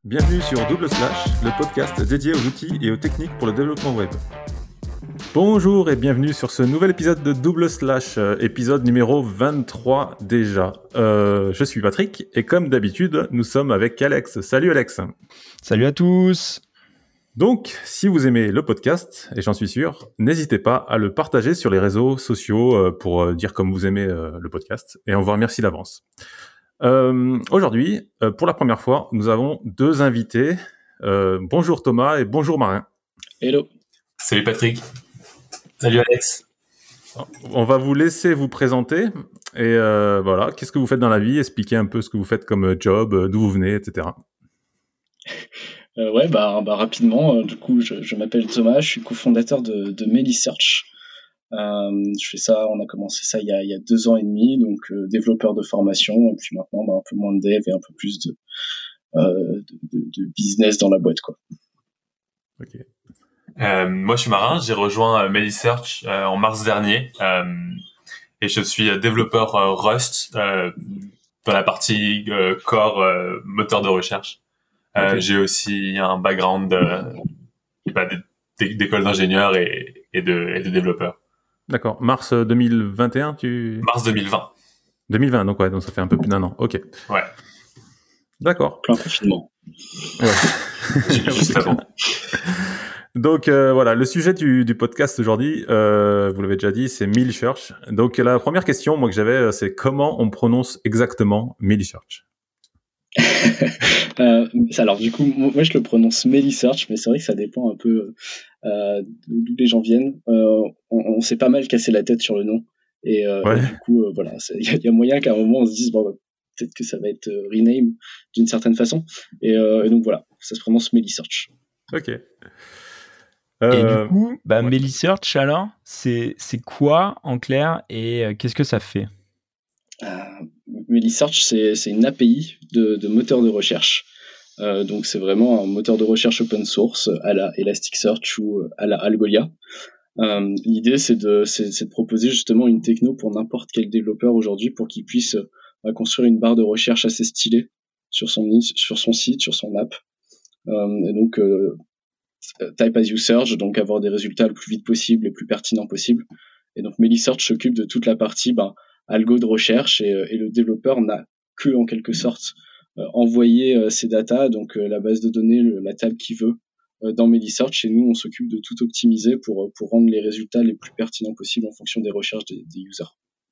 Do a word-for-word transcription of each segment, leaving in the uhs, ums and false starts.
Bienvenue sur Double Slash, le podcast dédié aux outils et aux techniques pour le développement web. Bonjour et bienvenue sur ce nouvel épisode de Double Slash, euh, épisode numéro vingt-trois déjà. Euh, je suis Patrick et comme d'habitude, nous sommes avec Alex. Salut Alex. Salut à tous. Donc, si vous aimez le podcast, et j'en suis sûr, n'hésitez pas à le partager sur les réseaux sociaux euh, pour euh, dire comme vous aimez euh, le podcast, et on vous remercie d'avance. Euh, aujourd'hui, euh, pour la première fois, nous avons deux invités. Euh, bonjour Thomas et bonjour Marin. Hello. Salut Patrick. Salut Alex. On va vous laisser vous présenter et euh, voilà, qu'est-ce que vous faites dans la vie, expliquer un peu ce que vous faites comme job, d'où vous venez, et cetera. Euh, ouais, bah, bah rapidement, euh, du coup, je, je m'appelle Thomas, je suis cofondateur de, de Melisearch. Euh, je fais ça, on a commencé ça il y a, il y a deux ans et demi, donc euh, développeur de formation, et puis maintenant bah, un peu moins de dev et un peu plus de, euh, de, de, de business dans la boîte, quoi. Ok. Euh, moi, je suis Marin, j'ai rejoint euh, Melisearch euh, en mars dernier euh, et je suis euh, développeur euh, Rust euh, dans la partie euh, core euh, moteur de recherche. Euh, okay. J'ai aussi un background euh, bah, d'école d'ingénieur et, et, de, et de développeur. D'accord. Mars deux mille vingt et un, tu... Mars deux mille vingt. deux mille vingt, donc ouais, donc ça fait un peu plus d'un an. Ok. Ouais. D'accord. Plein confinement. Ouais. Juste avant. Donc euh, voilà, le sujet du, du podcast aujourd'hui, euh, vous l'avez déjà dit, c'est Melisearch. Donc la première question, moi que j'avais, c'est comment on prononce exactement Melisearch. euh, alors du coup, moi je le prononce Melisearch, mais c'est vrai que ça dépend un peu euh, d'où les gens viennent. Euh, on, on s'est pas mal cassé la tête sur le nom, et, euh, ouais. et du coup, euh, voilà, il y, y a moyen qu'à un moment on se dise bon, bah, peut-être que ça va être euh, rename d'une certaine façon, et, euh, et donc voilà, ça se prononce Melisearch. Ok. Euh, et du coup, bah, ouais. Melisearch alors, c'est c'est quoi en clair et euh, qu'est-ce que ça fait? Euh, Melisearch, c'est, c'est une A P I de, de moteur de recherche. Euh, donc c'est vraiment un moteur de recherche open source à la Elasticsearch ou à la Algolia. Euh, l'idée c'est de, c'est, c'est de proposer justement une techno pour n'importe quel développeur aujourd'hui pour qu'il puisse euh, construire une barre de recherche assez stylée sur son, sur son site, sur son app. Euh, et donc euh, type as you search, donc avoir des résultats le plus vite possible, les plus pertinents possible. Et donc Melisearch s'occupe de toute la partie ben, algo de recherche et, et le développeur n'a que en quelque sorte euh, envoyé euh, ses datas, donc euh, la base de données, le, la table qu'il veut euh, dans Melisearch, et nous on s'occupe de tout optimiser pour, pour rendre les résultats les plus pertinents possibles en fonction des recherches des, des users.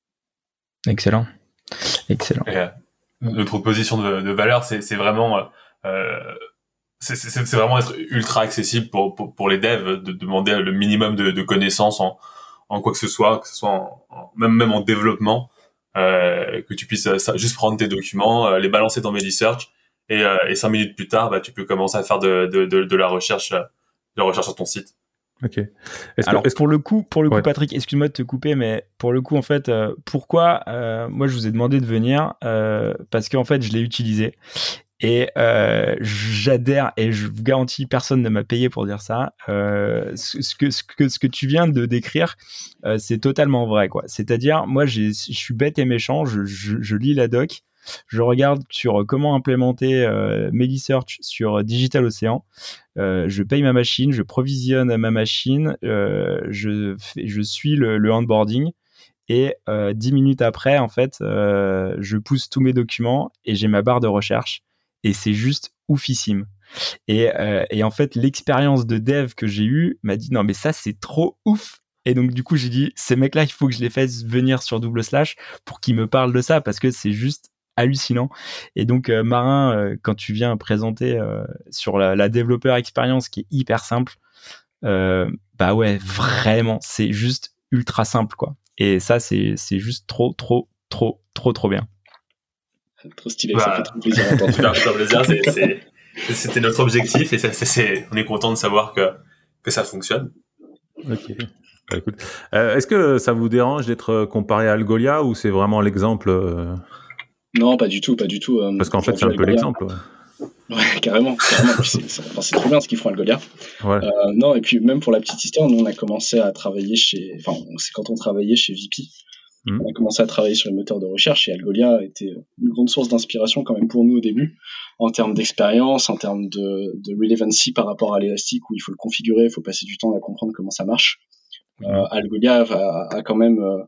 Excellent, excellent. Et, euh, notre proposition de, de valeur, c'est, c'est vraiment euh, c'est, c'est, c'est vraiment être ultra accessible pour, pour, pour les devs, de demander le minimum de, de connaissances en en quoi que ce soit, que ce soit en, en, même même en développement, euh, que tu puisses euh, juste prendre tes documents, euh, les balancer dans Melisearch et, euh, et cinq minutes plus tard, bah tu peux commencer à faire de de de, de la recherche, de la recherche sur ton site. Ok. Est-ce Alors que, est-ce pour le coup, pour le coup, ouais. Patrick, excuse-moi de te couper, mais pour le coup, en fait, euh, pourquoi euh, moi je vous ai demandé de venir euh, parce qu'en fait, je l'ai utilisé. Et euh, j'adhère, et je vous garantis, personne ne m'a payé pour dire ça. Euh, ce, que, ce, que, ce que tu viens de décrire, euh, c'est totalement vrai, quoi. C'est-à-dire, moi, j'ai, je suis bête et méchant, je, je, je lis la doc, je regarde sur comment implémenter euh, Melisearch sur DigitalOcean, euh, je paye ma machine, je provisionne ma machine, euh, je, fais, je suis le, le onboarding. Et euh, dix minutes après, en fait, euh, je pousse tous mes documents et j'ai ma barre de recherche. Et c'est juste oufissime. Et, euh, et en fait, l'expérience de dev que j'ai eue m'a dit non, mais ça, c'est trop ouf. Et donc, du coup, j'ai dit, ces mecs-là, il faut que je les fasse venir sur Double Slash pour qu'ils me parlent de ça parce que c'est juste hallucinant. Et donc, euh, Marin, euh, quand tu viens présenter euh, sur la, la développeur expérience qui est hyper simple, euh, bah ouais, vraiment, c'est juste ultra simple, quoi. Et ça, c'est, c'est juste trop, trop, trop, trop, trop bien. Trop stylé, bah, ça fait trop plaisir à entendre. Super, super plaisir, c'est, c'est, c'était notre objectif et c'est, c'est, c'est, on est content de savoir que, que ça fonctionne. Ok. Bah, écoute, euh, est-ce que ça vous dérange d'être comparé à Algolia ou c'est vraiment l'exemple euh... Non, pas du tout, pas du tout. Euh, Parce qu'en fait, c'est un Algolia, peu l'exemple. Ouais. Ouais, carrément. carrément. c'est, c'est, enfin, c'est trop bien ce qu'ils font Algolia. Ouais. Euh, non, et puis même pour la petite histoire, nous on a commencé à travailler chez, enfin, c'est quand on travaillait chez V P. Mmh. On a commencé à travailler sur les moteurs de recherche et Algolia était une grande source d'inspiration quand même pour nous au début, en termes d'expérience, en termes de, de relevancy par rapport à l'élastique où il faut le configurer, il faut passer du temps à comprendre comment ça marche. Mmh. Euh, Algolia a, a quand même euh,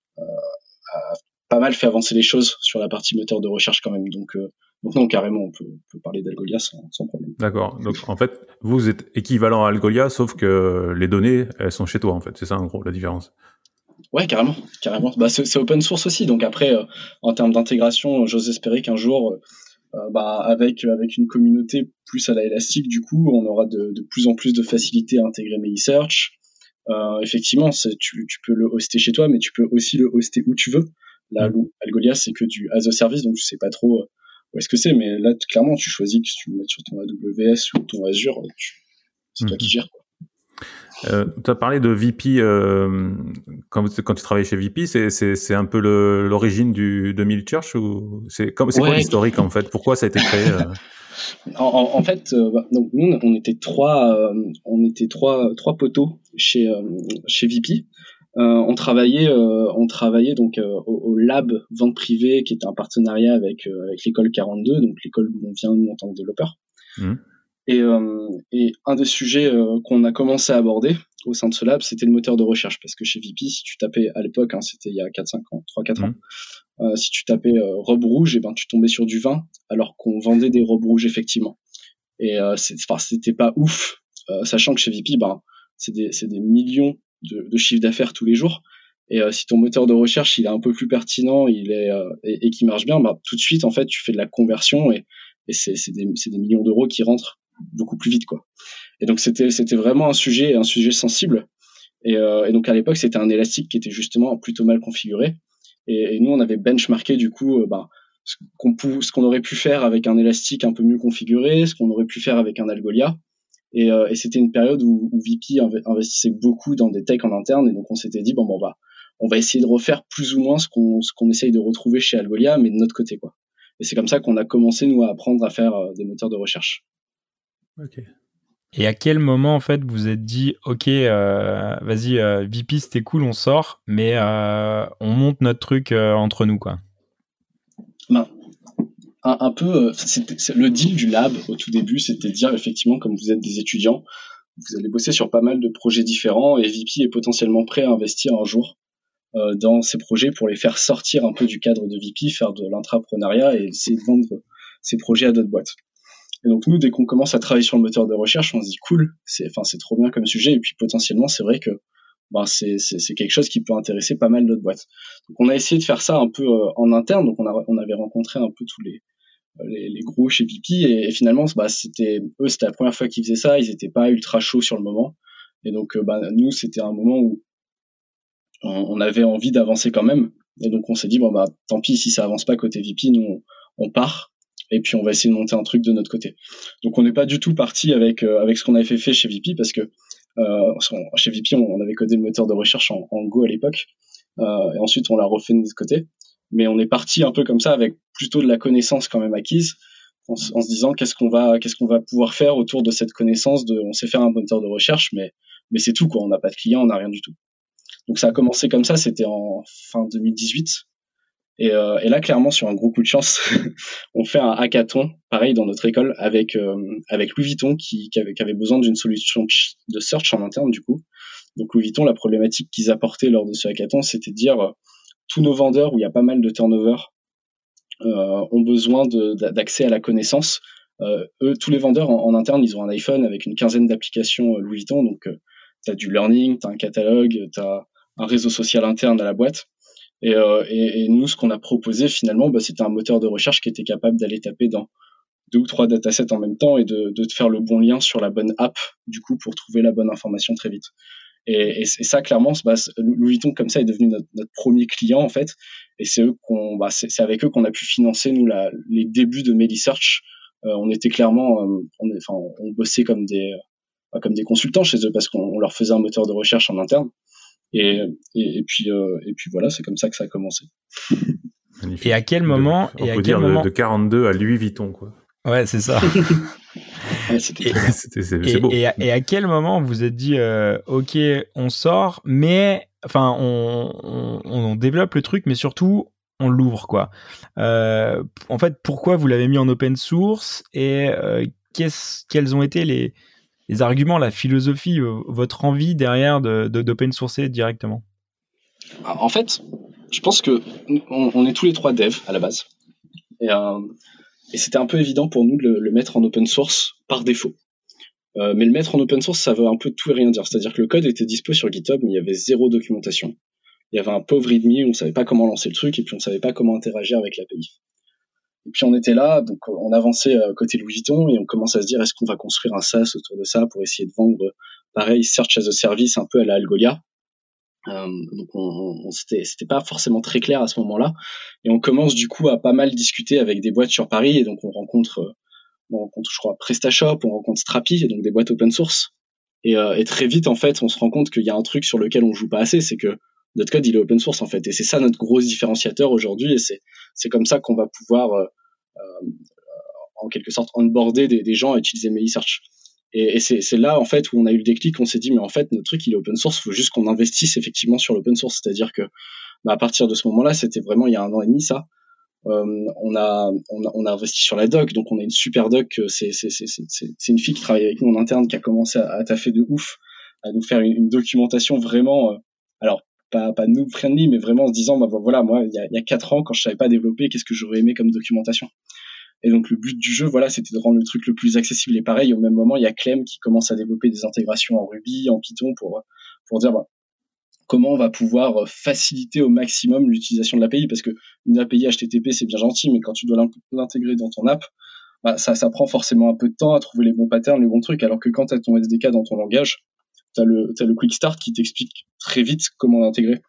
a pas mal fait avancer les choses sur la partie moteur de recherche quand même. Donc, euh, donc non, carrément, on peut, on peut parler d'Algolia sans, sans problème. D'accord. Donc en fait, vous êtes équivalent à Algolia, sauf que les données, elles sont chez toi en fait. C'est ça en gros la différence. Ouais, carrément, carrément. Bah, c'est, c'est open source aussi, donc après, euh, en termes d'intégration, j'ose espérer qu'un jour, euh, bah, avec avec une communauté plus à la élastique, du coup, on aura de, de plus en plus de facilité à intégrer Melisearch. Euh, effectivement, c'est, tu, tu peux le hoster chez toi, mais tu peux aussi le hoster où tu veux. Là, mmh. Algolia, c'est que du as a service, donc tu sais pas trop où est-ce que c'est, mais là, clairement, tu choisis que tu le mets sur ton A W S ou ton Azure, tu, c'est mmh. toi qui gères, quoi. Euh, tu as parlé de V P euh, quand, quand tu travaillais chez V P, c'est, c'est, c'est un peu le, l'origine du, de Melisearch ou c'est, comme, c'est ouais. quoi l'historique en fait? Pourquoi ça a été créé euh... en, en fait, euh, bah, donc nous on était trois, euh, on était trois, trois poteaux chez euh, chez V P. Euh, on travaillait, euh, on travaillait donc euh, au, au lab vente privée qui était un partenariat avec euh, avec l'école quarante-deux, donc l'école où on vient nous en tant que développeur. Mmh. Et, euh, et un des sujets euh, qu'on a commencé à aborder au sein de ce lab, c'était le moteur de recherche. Parce que chez V P, si tu tapais à l'époque, hein, c'était il y a quatre cinq ans, trois quatre mmh. ans, euh, si tu tapais euh, robe rouge, et ben, tu tombais sur du vin, alors qu'on vendait des robes rouges, effectivement. Et euh, c'est, enfin, c'était pas ouf, euh, sachant que chez V P, ben, c'est des, c'est des millions de, de chiffres d'affaires tous les jours. Et euh, si ton moteur de recherche, il est un peu plus pertinent, il est euh, et, et qui marche bien, ben, tout de suite, en fait, tu fais de la conversion et, et c'est, c'est, des, c'est des millions d'euros qui rentrent beaucoup plus vite, quoi. Et donc c'était c'était vraiment un sujet un sujet sensible. Et, euh, et donc à l'époque c'était un élastique qui était justement plutôt mal configuré. Et, et nous on avait benchmarké du coup euh, bah, ce qu'on pou, ce qu'on aurait pu faire avec un élastique un peu mieux configuré, ce qu'on aurait pu faire avec un Algolia. Et, euh, et c'était une période où, où V P investissait beaucoup dans des techs en interne. Et donc on s'était dit bon bon bah on va essayer de refaire plus ou moins ce qu'on ce qu'on essaye de retrouver chez Algolia, mais de notre côté, quoi. Et c'est comme ça qu'on a commencé nous à apprendre à faire euh, des moteurs de recherche. Ok. Et à quel moment, en fait, vous vous êtes dit, ok, euh, vas-y, euh, V P, c'était cool, on sort, mais euh, on monte notre truc euh, entre nous, quoi. Ben, un, un peu, c'était, c'est, le deal du lab au tout début, c'était de dire, effectivement, comme vous êtes des étudiants, vous allez bosser sur pas mal de projets différents et V P est potentiellement prêt à investir un jour euh, dans ces projets pour les faire sortir un peu du cadre de V P, faire de l'intrapreneuriat et essayer de vendre ces projets à d'autres boîtes. Et donc nous, dès qu'on commence à travailler sur le moteur de recherche, on se dit cool, c'est, enfin c'est trop bien comme sujet. Et puis potentiellement, c'est vrai que ben c'est, c'est, c'est quelque chose qui peut intéresser pas mal d'autres boîtes. Donc on a essayé de faire ça un peu euh, en interne. Donc on a, on avait rencontré un peu tous les les, les gros chez V P et, et finalement, bah c'était eux, c'était la première fois qu'ils faisaient ça. Ils étaient pas ultra chauds sur le moment. Et donc bah nous, c'était un moment où on, on avait envie d'avancer quand même. Et donc on s'est dit bon bah tant pis si ça avance pas côté V P, nous on, on part. Et puis on va essayer de monter un truc de notre côté. Donc on n'est pas du tout parti avec euh, avec ce qu'on avait fait, fait chez V P parce que euh, chez V P on, on avait codé le moteur de recherche en, en Go à l'époque euh, et ensuite on l'a refait de notre côté. Mais on est parti un peu comme ça avec plutôt de la connaissance quand même acquise en, en se disant qu'est-ce qu'on va qu'est-ce qu'on va pouvoir faire autour de cette connaissance de on sait faire un moteur de recherche mais mais c'est tout quoi. On n'a pas de clients, on n'a rien du tout. Donc ça a commencé comme ça, c'était en fin deux mille dix-huit. Et, euh, et là, clairement, sur un gros coup de chance, on fait un hackathon, pareil, dans notre école, avec euh, avec Louis Vuitton, qui, qui, avait, qui avait besoin d'une solution de search en interne, du coup. Donc Louis Vuitton, la problématique qu'ils apportaient lors de ce hackathon, c'était de dire euh, tous nos vendeurs, où il y a pas mal de turnover, euh, ont besoin de, d'accès à la connaissance. Euh, eux, tous les vendeurs en, en interne, ils ont un iPhone avec une quinzaine d'applications euh, Louis Vuitton, donc euh, t'as du learning, t'as un catalogue, t'as un réseau social interne à la boîte. Et, euh, et, et nous, ce qu'on a proposé finalement, bah, c'était un moteur de recherche qui était capable d'aller taper dans deux ou trois datasets en même temps et de, de faire le bon lien sur la bonne app, du coup, pour trouver la bonne information très vite. Et, et, et ça, clairement, bah, Louis Vuitton, comme ça, est devenu notre, notre premier client, en fait. Et c'est eux qu'on, bah, c'est, c'est avec eux qu'on a pu financer, nous, la, les débuts de Melisearch. Euh, on était clairement, euh, on, est, enfin, on bossait comme des, euh, comme des consultants chez eux parce qu'on on leur faisait un moteur de recherche en interne. Et, et, et puis euh, et puis voilà, c'est comme ça que ça a commencé. Magnifique. Et à quel moment de, On et peut à dire quel moment... de, de quarante-deux à Louis Vuitton, quoi. Ouais, c'est ça. Ouais, c'était et, c'était, c'est, et, c'est beau. Et à, et à quel moment vous vous êtes dit, euh, ok, on sort, mais enfin, on, on, on développe le truc, mais surtout, on l'ouvre, quoi. Euh, en fait, pourquoi vous l'avez mis en open source et euh, qu'est-ce, quels ont été les, les arguments, la philosophie, euh, votre envie derrière de, de, d'open sourcer directement? En fait, je pense que on, on est tous les trois devs à la base. Et, euh, et c'était un peu évident pour nous de le, le mettre en open source par défaut. Euh, mais le mettre en open source, ça veut un peu tout et rien dire. C'est-à-dire que le code était dispo sur GitHub, mais il y avait zéro documentation. Il y avait un pauvre readme, on savait pas comment lancer le truc, et puis on savait pas comment interagir avec l'A P I. Et puis on était là, donc on avançait à côté de Louis Vuitton, et on commence à se dire, est-ce qu'on va construire un SaaS autour de ça pour essayer de vendre, pareil, Search as a Service, un peu à la Algolia. Euh, donc on, on, c'était, c'était pas forcément très clair à ce moment-là. Et on commence du coup à pas mal discuter avec des boîtes sur Paris, et donc on rencontre... on rencontre, je crois, PrestaShop, on rencontre Strapi, donc des boîtes open source. Et, euh, et très vite, en fait, on se rend compte qu'il y a un truc sur lequel on joue pas assez, c'est que notre code, il est open source, en fait. Et c'est ça notre gros différenciateur aujourd'hui, et c'est, c'est comme ça qu'on va pouvoir, euh, euh, en quelque sorte, onboarder des, des gens à utiliser Melisearch. Et, et c'est, c'est là, en fait, où on a eu le déclic, on s'est dit, mais en fait, notre truc, il est open source, il faut juste qu'on investisse effectivement sur l'open source. C'est-à-dire que, bah, à partir de ce moment-là, c'était vraiment il y a un an et demi, ça. Euh, on a on a on a investi sur la doc, donc on a une super doc. C'est c'est c'est c'est c'est une fille qui travaille avec nous en interne qui a commencé à, à taffer de ouf, à nous faire une, une documentation vraiment, euh, alors pas pas noob friendly, mais vraiment en se disant bah voilà, moi il y a il y a quatre ans quand je savais pas développer, qu'est-ce que j'aurais aimé comme documentation. Et donc le but du jeu, voilà, c'était de rendre le truc le plus accessible. Et pareil, au même moment, il y a Clem qui commence à développer des intégrations en Ruby, en Python pour pour dire bah, comment on va pouvoir faciliter au maximum l'utilisation de l'A P I, parce que une A P I H T T P c'est bien gentil, mais quand tu dois l'intégrer dans ton app, bah, ça, ça prend forcément un peu de temps à trouver les bons patterns, les bons trucs, alors que quand tu as ton S D K dans ton langage, tu as le, t'as le Quick Start qui t'explique très vite comment l'intégrer.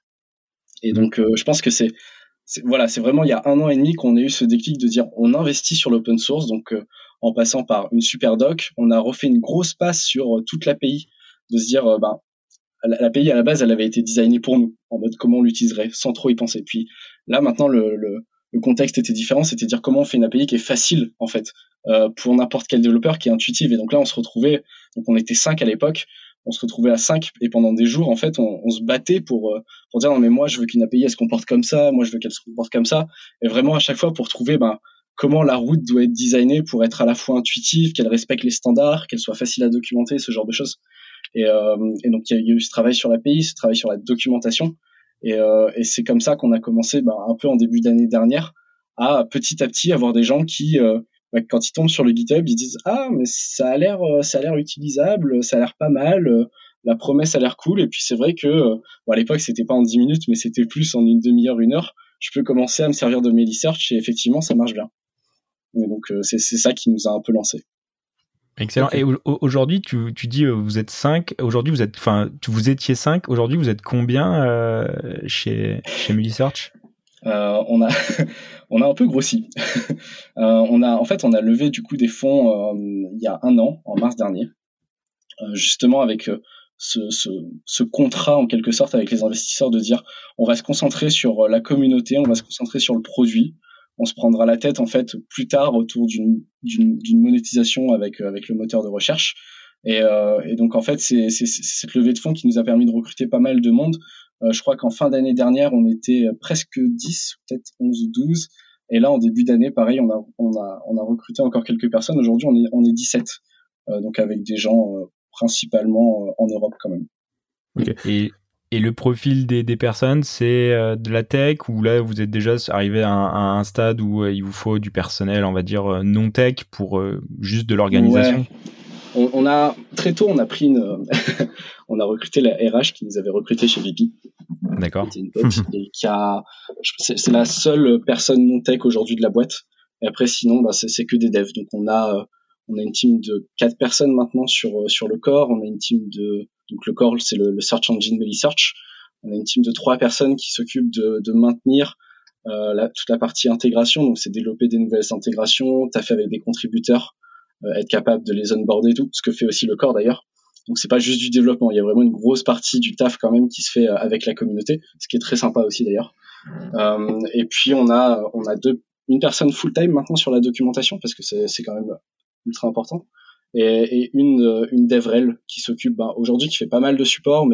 Et donc, euh, je pense que c'est, c'est, voilà, c'est vraiment il y a un an et demi qu'on a eu ce déclic de dire on investit sur l'open source, donc euh, en passant par une super doc, on a refait une grosse passe sur euh, toute l'A P I, de se dire, euh, bah, l'A P I à la base, elle avait été designée pour nous, en mode comment on l'utiliserait, sans trop y penser. Puis là, maintenant, le, le, le contexte était différent, c'était dire comment on fait une A P I qui est facile, en fait, euh, pour n'importe quel développeur, qui est intuitive. Et donc là, on se retrouvait, donc on était cinq à l'époque, on se retrouvait à cinq, et pendant des jours, en fait, on, on se battait pour, euh, pour dire non, mais moi, je veux qu'une A P I, elle se comporte comme ça, moi, je veux qu'elle se comporte comme ça. Et vraiment, à chaque fois, pour trouver, ben, comment la route doit être designée pour être à la fois intuitive, qu'elle respecte les standards, qu'elle soit facile à documenter, ce genre de choses. Et, euh, et donc il y a eu ce travail sur l'A P I, ce travail sur la documentation, et, euh, et c'est comme ça qu'on a commencé bah, un peu en début d'année dernière à petit à petit avoir des gens qui, euh, bah, quand ils tombent sur le GitHub, ils disent ah mais ça a l'air, ça a l'air utilisable, ça a l'air pas mal, la promesse a l'air cool. Et puis c'est vrai que bon, à l'époque c'était pas en dix minutes, mais c'était plus en une demi-heure, une heure. Je peux commencer à me servir de Melisearch et effectivement ça marche bien. Et donc c'est, c'est ça qui nous a un peu lancé. Excellent. Okay. Et aujourd'hui, tu, tu dis vous êtes cinq. Aujourd'hui, vous êtes, enfin, vous étiez cinq. Aujourd'hui, vous êtes combien euh, chez chez Melisearch? euh, On a on a un peu grossi. euh, on a en fait on a levé du coup des fonds euh, il y a un an, en mars dernier, euh, justement avec euh, ce, ce ce contrat en quelque sorte avec les investisseurs de dire on va se concentrer sur la communauté, on va se concentrer sur le produit. On se prendra la tête en fait plus tard autour d'une d'une, d'une monétisation avec avec le moteur de recherche. Et, euh, et donc en fait c'est, c'est c'est cette levée de fonds qui nous a permis de recruter pas mal de monde. Euh, je crois qu'en fin d'année dernière on était presque dix, peut-être onze ou douze. Et là en début d'année pareil on a on a on a recruté encore quelques personnes. Aujourd'hui on est on est dix-sept. Euh, donc avec des gens euh, principalement euh, en Europe quand même. Ok. Et Et le profil des, des personnes, c'est euh, de la tech, ou là vous êtes déjà arrivé à un, à un stade où euh, il vous faut du personnel, on va dire euh, non tech, pour euh, juste de l'organisation? Ouais. On, on a très tôt, on a pris une, on a recruté la R H qui nous avait recruté chez V P. D'accord. Qui était une pote et qui a, c'est, c'est la seule personne non tech aujourd'hui de la boîte. Et après sinon, bah, c'est, c'est que des devs. Donc on a, on a une team de quatre personnes maintenant sur sur le core. On a une team de, donc le core c'est le, le search engine Melisearch. On a une team de trois personnes qui s'occupent de, de maintenir euh, la, toute la partie intégration. Donc c'est développer des nouvelles intégrations, taffer avec des contributeurs, euh, être capable de les onboarder, tout ce que fait aussi le core d'ailleurs. Donc c'est pas juste du développement, il y a vraiment une grosse partie du taf quand même qui se fait avec la communauté, ce qui est très sympa aussi d'ailleurs. Euh, et puis on a on a deux une personne full time maintenant sur la documentation parce que c'est c'est quand même ultra important. Et, et une une DevRel qui s'occupe ben, aujourd'hui qui fait pas mal de support, mais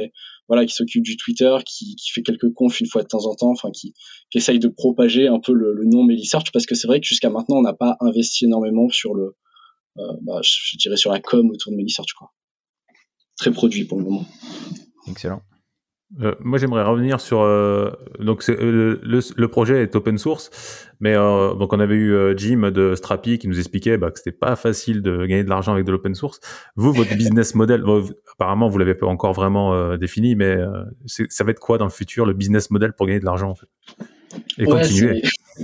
voilà, qui s'occupe du Twitter, qui, qui fait quelques confs une fois de temps en temps, enfin qui, qui essaye de propager un peu le, le nom Melisearch, parce que c'est vrai que jusqu'à maintenant on n'a pas investi énormément sur le, euh, bah, je, je dirais sur la com autour de Melisearch, quoi. Très produit pour le moment. Excellent. Euh, moi, j'aimerais revenir sur euh, donc c'est, euh, le, le projet est open source, mais euh, donc on avait eu euh, Jim de Strapi qui nous expliquait bah, que c'était pas facile de gagner de l'argent avec de l'open source. Vous, votre business model, bon, apparemment, vous l'avez pas encore vraiment euh, défini, mais euh, c'est, ça va être quoi dans le futur le business model pour gagner de l'argent en fait et ouais, continuer.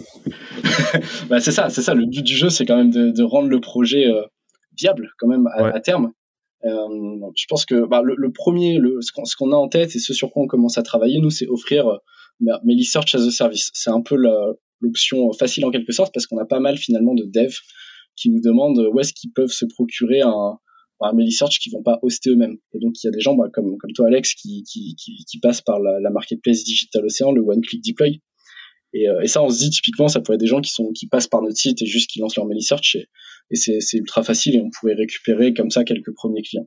C'est... bah, c'est ça, c'est ça. Le but du jeu, c'est quand même de, de rendre le projet euh, viable quand même à, ouais. à terme. Euh, je pense que bah, le, le premier, le, ce, qu'on, ce qu'on a en tête et ce sur quoi on commence à travailler, nous, c'est offrir euh, Melisearch as a service. C'est un peu la, l'option facile en quelque sorte parce qu'on a pas mal finalement de devs qui nous demandent où est-ce qu'ils peuvent se procurer un, un Melisearch qu'ils vont pas hoster eux-mêmes. Et donc il y a des gens bah, comme, comme toi Alex qui, qui, qui, qui passent par la, la marketplace Digital Ocean, le One Click Deploy. Et, euh, et ça, on se dit typiquement, ça pourrait être des gens qui sont qui passent par notre site et juste qui lancent leur Melisearch et, et c'est, c'est ultra facile et on pourrait récupérer comme ça quelques premiers clients.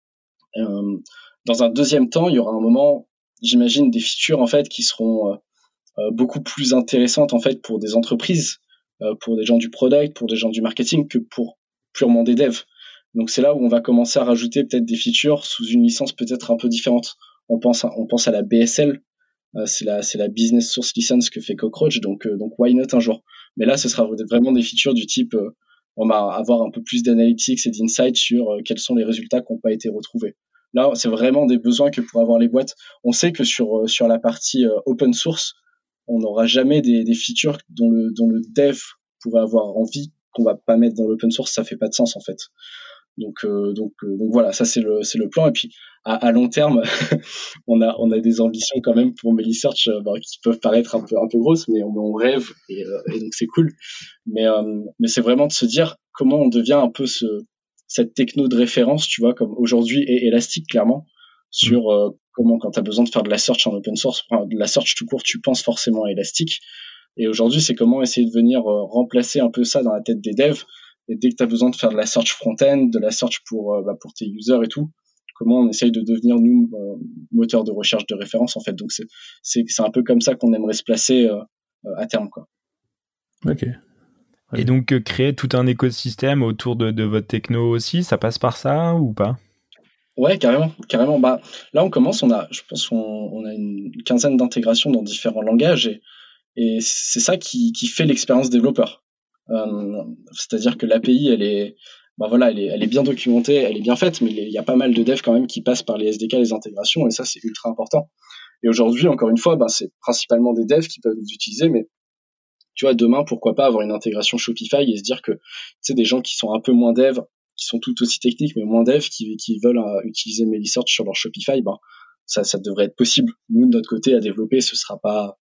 Euh, dans un deuxième temps, il y aura un moment, j'imagine, des features en fait qui seront euh, beaucoup plus intéressantes en fait pour des entreprises, euh, pour des gens du product, pour des gens du marketing que pour purement des devs. Donc c'est là où on va commencer à rajouter peut-être des features sous une licence peut-être un peu différente. On pense à, on pense à la B S L. Euh, c'est la c'est la business source license que fait Cockroach, donc euh, donc why not un jour. Mais là ce sera vraiment des features du type euh, on va avoir un peu plus d'analytics et d'insight sur euh, quels sont les résultats qui n'ont pas été retrouvés. Là c'est vraiment des besoins que pour avoir les boîtes. On sait que sur euh, sur la partie euh, open source on n'aura jamais des, des features dont le dont le dev pourrait avoir envie qu'on va pas mettre dans l'open source, ça fait pas de sens en fait. Donc euh, donc euh, donc voilà, ça c'est le c'est le plan et puis à, à long terme on a on a des ambitions quand même pour Melisearch euh, bah, qui peuvent paraître un peu un peu grosses mais on, on rêve et, euh, et donc c'est cool. Mais euh, mais c'est vraiment de se dire comment on devient un peu ce cette techno de référence, tu vois, comme aujourd'hui est Elastic clairement sur euh, comment quand tu as besoin de faire de la search en open source, enfin, de la search tout court, tu penses forcément à Elastic. Et aujourd'hui, c'est comment essayer de venir euh, remplacer un peu ça dans la tête des devs. Et dès que tu as besoin de faire de la search front-end, de la search pour, euh, bah, pour tes users et tout, comment on essaye de devenir, nous, euh, moteur de recherche de référence, en fait. Donc, c'est, c'est, c'est un peu comme ça qu'on aimerait se placer euh, à terme, quoi. Ok. Ouais. Et donc, euh, créer tout un écosystème autour de, de votre techno aussi, ça passe par ça ou pas ? Ouais, carrément, carrément. Bah, là, on commence, on a, je pense qu'on on a une quinzaine d'intégrations dans différents langages et, et c'est ça qui, qui fait l'expérience développeur. Euh, c'est-à-dire que l'A P I, elle est, bah voilà, elle est, elle est bien documentée, elle est bien faite, mais il y a pas mal de devs quand même qui passent par les S D K, les intégrations, et ça, c'est ultra important. Et aujourd'hui, encore une fois, bah, c'est principalement des devs qui peuvent nous utiliser, mais tu vois, demain, pourquoi pas avoir une intégration Shopify et se dire que, tu sais, des gens qui sont un peu moins devs, qui sont tout aussi techniques, mais moins devs, qui, qui veulent euh, utiliser Melisearch sur leur Shopify, bah, ça, ça devrait être possible. Nous, de notre côté, à développer, ce sera pas,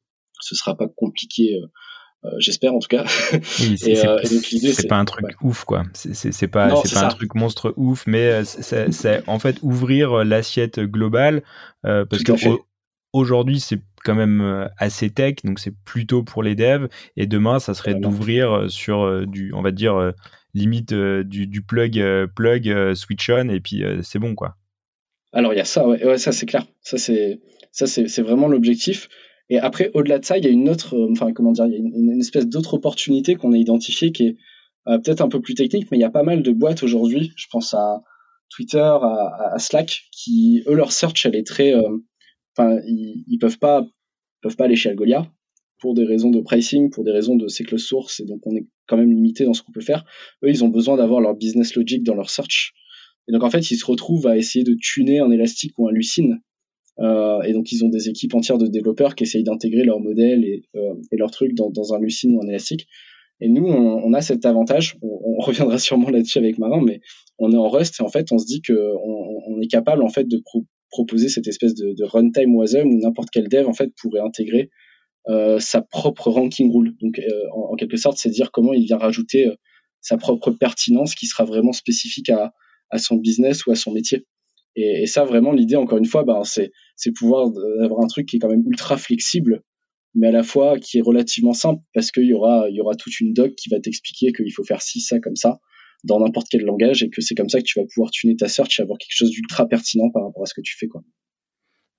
ce sera pas compliqué, euh, Euh, j'espère en tout cas. Oui, c'est, et, c'est, euh, et donc l'idée, c'est c'est pas un truc ouais. ouf quoi. C'est, c'est, c'est pas, non, c'est c'est pas ça. un truc monstre ouf, mais c'est, c'est en fait ouvrir l'assiette globale euh, parce tout que au, aujourd'hui c'est quand même assez tech, donc c'est plutôt pour les devs. Et demain, ça serait Vraiment. d'ouvrir sur du, on va dire limite du, du plug, plug, switch on et puis c'est bon quoi. Alors il y a ça, ouais, ouais, ça c'est clair. Ça c'est, ça c'est, c'est vraiment l'objectif. Et après, au-delà de ça, il y a une autre, euh, enfin comment dire, il y a une, une espèce d'autre opportunité qu'on a identifiée qui est euh, peut-être un peu plus technique, mais il y a pas mal de boîtes aujourd'hui. Je pense à Twitter, à, à Slack, qui eux leur search, elle est très, enfin euh, ils, ils peuvent pas, peuvent pas aller chez Algolia pour des raisons de pricing, pour des raisons de c'est closed source, et donc on est quand même limité dans ce qu'on peut faire. Eux, ils ont besoin d'avoir leur business logic dans leur search. Et donc en fait, ils se retrouvent à essayer de tuner un Elastic ou un Lucene. Euh, et donc ils ont des équipes entières de développeurs qui essayent d'intégrer leur modèle et, euh, et leurs trucs dans, dans un Lucene ou un Elastic. Et nous, on, on a cet avantage. On, on reviendra sûrement là-dessus avec Marin, mais on est en Rust et en fait, on se dit que on, on est capable en fait de pro- proposer cette espèce de, de runtime wasm où n'importe quel dev en fait pourrait intégrer euh, sa propre ranking rule. Donc euh, en, en quelque sorte, c'est dire comment il vient rajouter euh, sa propre pertinence qui sera vraiment spécifique à, à son business ou à son métier. Et, et ça, vraiment, l'idée, encore une fois, ben, c'est, c'est pouvoir avoir un truc qui est quand même ultra flexible, mais à la fois qui est relativement simple, parce qu'il y aura, il y aura toute une doc qui va t'expliquer qu'il faut faire ci, ça, comme ça, dans n'importe quel langage, et que c'est comme ça que tu vas pouvoir tuner ta search et avoir quelque chose d'ultra pertinent par rapport à ce que tu fais, quoi.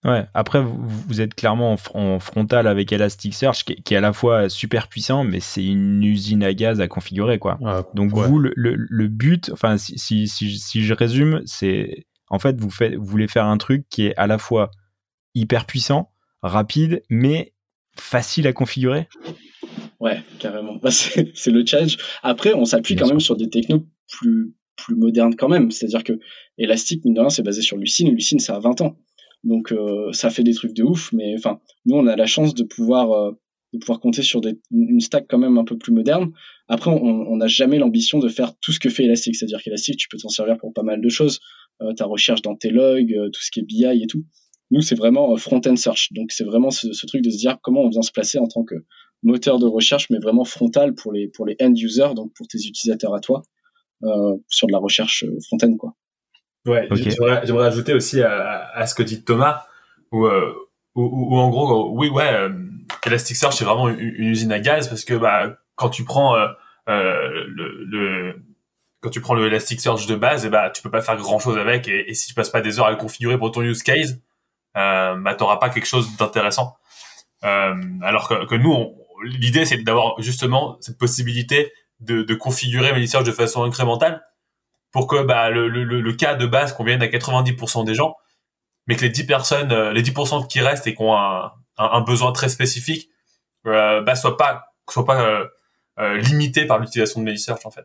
Ouais. Après, vous, vous êtes clairement en, en frontal avec Elasticsearch, qui, qui est à la fois super puissant, mais c'est une usine à gaz à configurer, quoi. Ah, Donc ouais. vous, le, le, le but, enfin, si, si, si, si je résume, c'est en fait, vous, faites, vous voulez faire un truc qui est à la fois hyper puissant, rapide, mais facile à configurer. Ouais, carrément. Bah, c'est, c'est le challenge. Après, on s'appuie Bien quand même sûr. sur des technos plus, plus modernes quand même. C'est-à-dire que Elastic, mine de rien, c'est basé sur Lucene. Lucene, ça a vingt ans. Donc, euh, ça fait des trucs de ouf. Mais enfin, nous, on a la chance de pouvoir, euh, de pouvoir compter sur des, une stack quand même un peu plus moderne. Après, on n'a jamais l'ambition de faire tout ce que fait Elastic. C'est-à-dire qu'Elastic, tu peux t'en servir pour pas mal de choses. Euh, ta recherche dans tes logs, euh, tout ce qui est B I et tout. Nous, c'est vraiment front-end search. Donc, c'est vraiment ce, ce truc de se dire comment on vient se placer en tant que moteur de recherche, mais vraiment frontal pour les, pour les end users, donc pour tes utilisateurs à toi, euh, sur de la recherche front-end, quoi. Ouais, Ok. j'aimerais, j'aimerais ajouter aussi à, à ce que dit Thomas, où, euh, où, où, où en gros, oui, ouais, euh, Elasticsearch c'est vraiment une, une usine à gaz parce que bah quand tu prends euh, euh, le, le quand tu prends le Elasticsearch de base, et bah tu peux pas faire grand chose avec, et, et si tu passes pas des heures à le configurer pour ton use case, euh, bah t'auras pas quelque chose d'intéressant. Euh, alors que, que nous, on, l'idée c'est d'avoir justement cette possibilité de, de configurer Elasticsearch de façon incrémentale, pour que bah, le, le, le cas de base convienne à quatre-vingt-dix pour cent des gens, mais que les dix personnes, euh, les dix pour cent qui restent et qui ont un, un, un besoin très spécifique, euh, bah, soient pas, soient pas euh, euh, limités par l'utilisation de Melisearch en fait.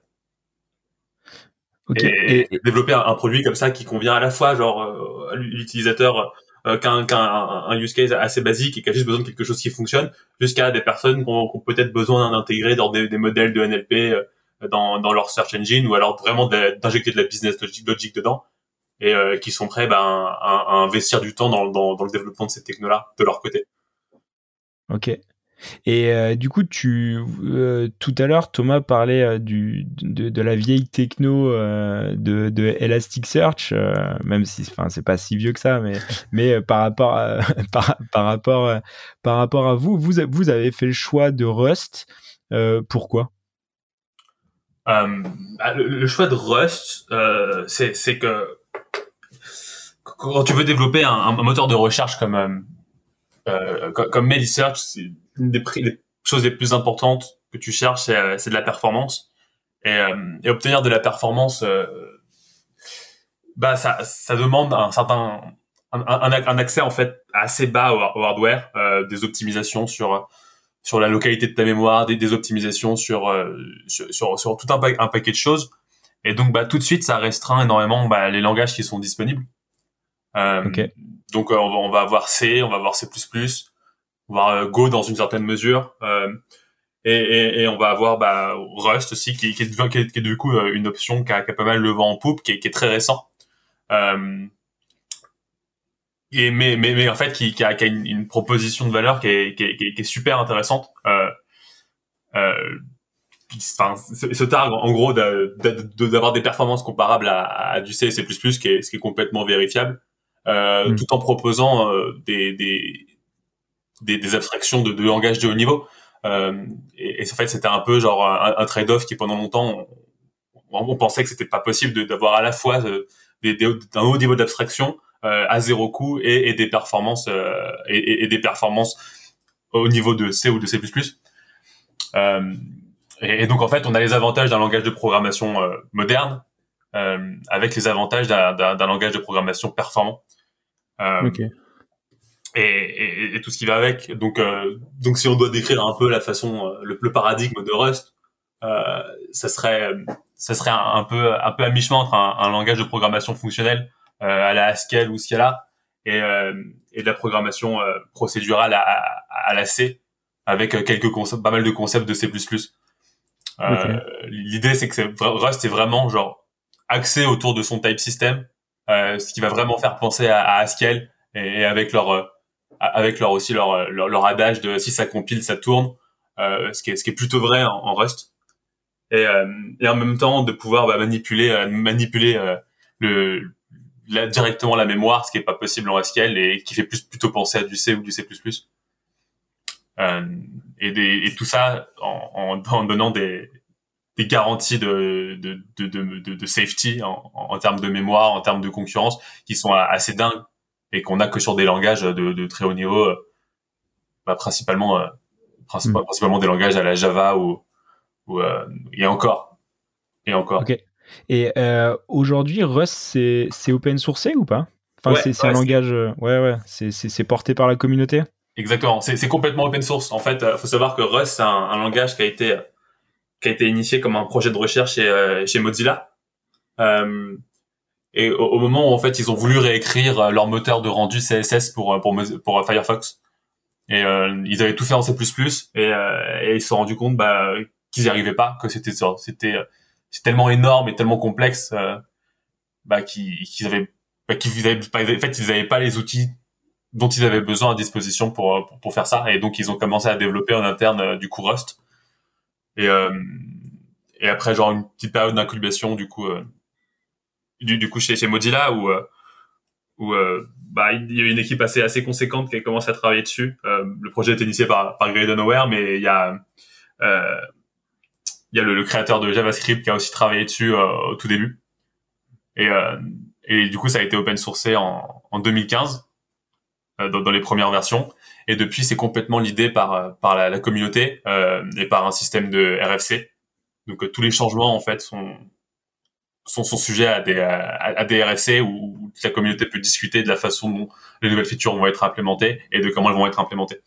Ok. Et, Et, et développer un, un produit comme ça qui convient à la fois genre euh, à l'utilisateur euh, qu'un qu'un un use case assez basique et qui a juste besoin de quelque chose qui fonctionne, jusqu'à des personnes qui ont, qui ont peut-être besoin d'intégrer dans des, des modèles de N L P euh, dans, dans leur search engine, ou alors vraiment d'injecter de la business logic dedans, et euh, qui sont prêts ben, à, à investir du temps dans, dans, dans le développement de ces technos-là de leur côté. Ok. Et euh, du coup, tu euh, tout à l'heure, Thomas parlait euh, du, de, de la vieille techno euh, de, de Elasticsearch, euh, même si, enfin, c'est pas si vieux que ça, mais mais euh, par rapport à, par, par rapport euh, par rapport à vous, vous vous avez fait le choix de Rust. Euh, pourquoi? Euh, le, le choix de Rust, euh, c'est c'est que quand tu veux développer un, un moteur de recherche comme euh, euh, comme, comme Melisearch, c'est une des, des choses les plus importantes que tu cherches, c'est, c'est de la performance. Et, euh, et obtenir de la performance, euh, bah ça, ça demande un certain un, un, un accès en fait assez bas au, au hardware, euh, des optimisations sur sur la localité de ta mémoire, des, des optimisations sur, euh, sur sur sur tout un, pa- un paquet de choses. Et donc bah tout de suite ça restreint énormément bah, les langages qui sont disponibles. Euh, Ok. donc euh, on, va, on va avoir C, on va avoir C++, on va avoir euh, Go dans une certaine mesure. Euh, Et, et, et on va avoir bah, Rust aussi, qui, qui, est, qui, est, qui est du coup euh, une option qui a, qui a pas mal le vent en poupe, qui est, qui est très récent. Euh, et mais, mais, mais en fait, qui, qui a, qui a une, une proposition de valeur qui est, qui est, qui est, qui est super intéressante. Euh, euh, enfin, se targue en gros de, de, de, d'avoir des performances comparables à, à du C et C++, qui est, ce qui est complètement vérifiable, euh, Mm. tout en proposant euh, des, des, des, des abstractions de, de langage de haut niveau. Euh, et, et en fait, c'était un peu genre un, un trade-off qui pendant longtemps on, on pensait que c'était pas possible de, d'avoir à la fois euh, des, des, un haut niveau d'abstraction euh, à zéro coût et, et des performances euh, et, et, des performances au niveau de C ou de C++. Euh, et, et donc en fait, on a les avantages d'un langage de programmation euh, moderne euh, avec les avantages d'un, d'un, d'un langage de programmation performant. Euh, Ok. Et, et, et tout ce qui va avec. Donc, euh, donc si on doit décrire un peu la façon, euh, le, le paradigme de Rust, euh, ça serait, ça serait un, un peu, un peu à mi-chemin entre un, un langage de programmation fonctionnelle euh, à la Haskell ou Scala et, euh, et de la programmation euh, procédurale à, à, à la C, avec quelques concepts, pas mal de concepts de C++. Euh, Ok. L'idée, c'est que c'est, Rust est vraiment genre axé autour de son type system, euh, ce qui va vraiment faire penser à, à Haskell, et, et avec leur avec leur aussi leur, leur, leur adage de si ça compile, ça tourne, euh, ce qui est ce qui est plutôt vrai en, en Rust. Et, euh, et en même temps de pouvoir bah, manipuler euh, manipuler euh, le la, directement la mémoire, ce qui est pas possible en Haskell et qui fait plus plutôt penser à du C ou du C++. Euh, et, des, et tout ça en, en, en donnant des des garanties de de de de, de, de safety en, en termes de mémoire, en termes de concurrence, qui sont assez dingues. et qu'on a que sur des langages de, de très haut niveau, euh, bah, principalement, euh, principalement, mmh. principalement des langages à la Java ou, ou euh, et encore, et encore. Ok. Et euh, aujourd'hui, Rust, c'est, c'est open sourcé ou pas? Enfin, ouais, c'est, c'est ouais, un langage, euh, ouais, ouais, c'est, c'est, c'est porté par la communauté? Exactement, c'est, c'est complètement open source. En fait, euh, faut savoir que Rust, c'est un, un langage qui a été, qui a été initié comme un projet de recherche chez, euh, chez Mozilla. Euh, et au, au moment où en fait ils ont voulu réécrire leur moteur de rendu C S S pour pour pour Firefox, et euh, ils avaient tout fait en C plus plus, et, euh, et ils se sont rendus compte bah, qu'ils n'y arrivaient pas, que c'était c'était c'est tellement énorme et tellement complexe, euh, bah, qu'ils, qu'ils avaient bah, qu'ils avaient en fait ils n'avaient pas les outils dont ils avaient besoin à disposition pour pour, pour faire ça, et donc ils ont commencé à développer en interne euh, du coup Rust, et euh, et après genre une petite période d'incubation du coup euh, du, du coup chez chez Mozilla où euh, où euh, bah il y a une équipe assez assez conséquente qui a commencé à travailler dessus. Euh, le projet a été initié par par Graydon Aware, mais il y a euh, il y a le, le créateur de JavaScript qui a aussi travaillé dessus euh, au tout début. Et euh, et du coup ça a été open sourcé en en deux mille quinze euh, dans, dans les premières versions. Et depuis c'est complètement l'idée par par la, la communauté euh, et par un système de R F C. Donc euh, tous les changements en fait sont sont, sont sujets à des, à, à des R F C où, où la communauté peut discuter de la façon dont les nouvelles features vont être implémentées et de comment elles vont être implémentées.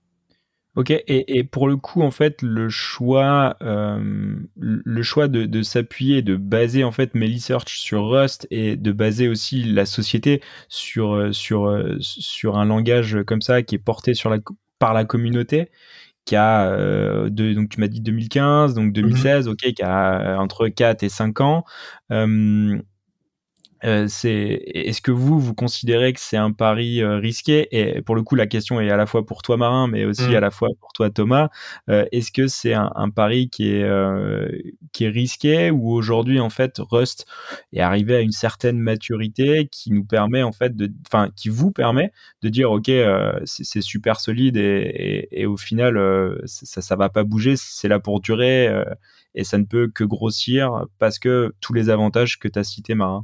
Ok, et, et pour le coup, en fait, le choix, euh, le choix de, de s'appuyer, de baser en fait Melisearch sur Rust et de baser aussi la société sur sur sur un langage comme ça qui est porté sur la par la communauté, qui a euh, de, donc tu m'as dit deux mille quinze, donc deux mille seize, mm-hmm. ok, qui a entre quatre et cinq ans. Euh, Euh, c'est, est-ce que vous, vous considérez que c'est un pari euh, risqué? Et pour le coup, la question est à la fois pour toi, Marin, mais aussi mmh. à la fois pour toi, Thomas. Euh, est-ce que c'est un, un pari qui est, euh, qui est risqué, ou aujourd'hui, en fait, Rust est arrivé à une certaine maturité qui nous permet, en fait, de, enfin, qui vous permet de dire, OK, euh, c'est, c'est super solide et, et, et au final, euh, ça, ça va pas bouger, c'est là pour durer euh, et ça ne peut que grossir parce que tous les avantages que tu as cités, Marin.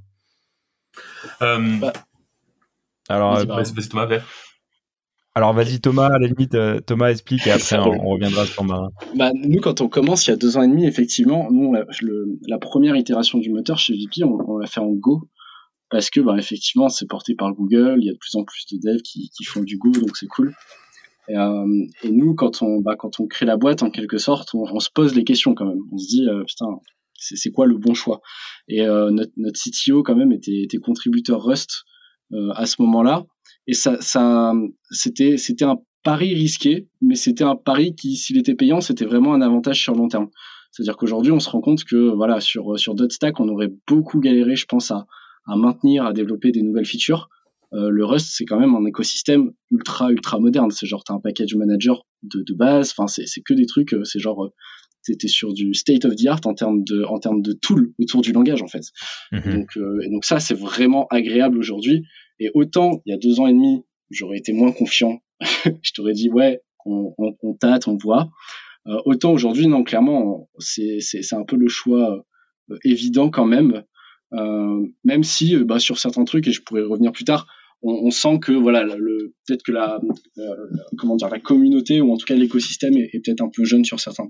Euh, bah, alors, vas-y, vas-y, vas-y Thomas, bref. Alors vas-y Thomas, à la limite, euh, Thomas explique et après on, on reviendra sur Marin. Bah, nous, quand on commence il y a deux ans et demi, effectivement, nous, la, le, la première itération du moteur chez V P, on, on l'a fait en Go parce que, bah, effectivement, c'est porté par Google. Il y a de plus en plus de devs qui, qui font du Go, donc c'est cool. Et, euh, et nous, quand on, bah, quand on crée la boîte, en quelque sorte, on, on se pose les questions quand même. On se dit, euh, putain, c'est, c'est quoi le bon choix? Et euh, notre, notre C T O quand même était, était contributeur Rust euh, à ce moment-là. Et ça, ça, c'était, c'était un pari risqué, mais c'était un pari qui, s'il était payant, c'était vraiment un avantage sur long terme. C'est-à-dire qu'aujourd'hui, on se rend compte que, voilà, sur sur d'autres stacks, on aurait beaucoup galéré, je pense, à à maintenir, à développer des nouvelles features. Euh, le Rust, c'est quand même un écosystème ultra ultra moderne. C'est genre t'as un package manager de de base. Enfin, c'est c'est que des trucs. C'est genre t'es sur du state of the art en termes de en termes de tools autour du langage en fait. Mm-hmm. Donc euh, et donc ça, c'est vraiment agréable aujourd'hui. Et autant, il y a deux ans et demi, j'aurais été moins confiant. Je t'aurais dit, ouais, on, on, on tâte, on voit. Euh, autant aujourd'hui, non, clairement, c'est, c'est, c'est un peu le choix euh, évident quand même. Euh, même si, euh, bah, sur certains trucs, et je pourrais revenir plus tard, on, on sent que, voilà, le, peut-être que la, euh, comment dire, la communauté, ou en tout cas l'écosystème, est, est peut-être un peu jeune sur certains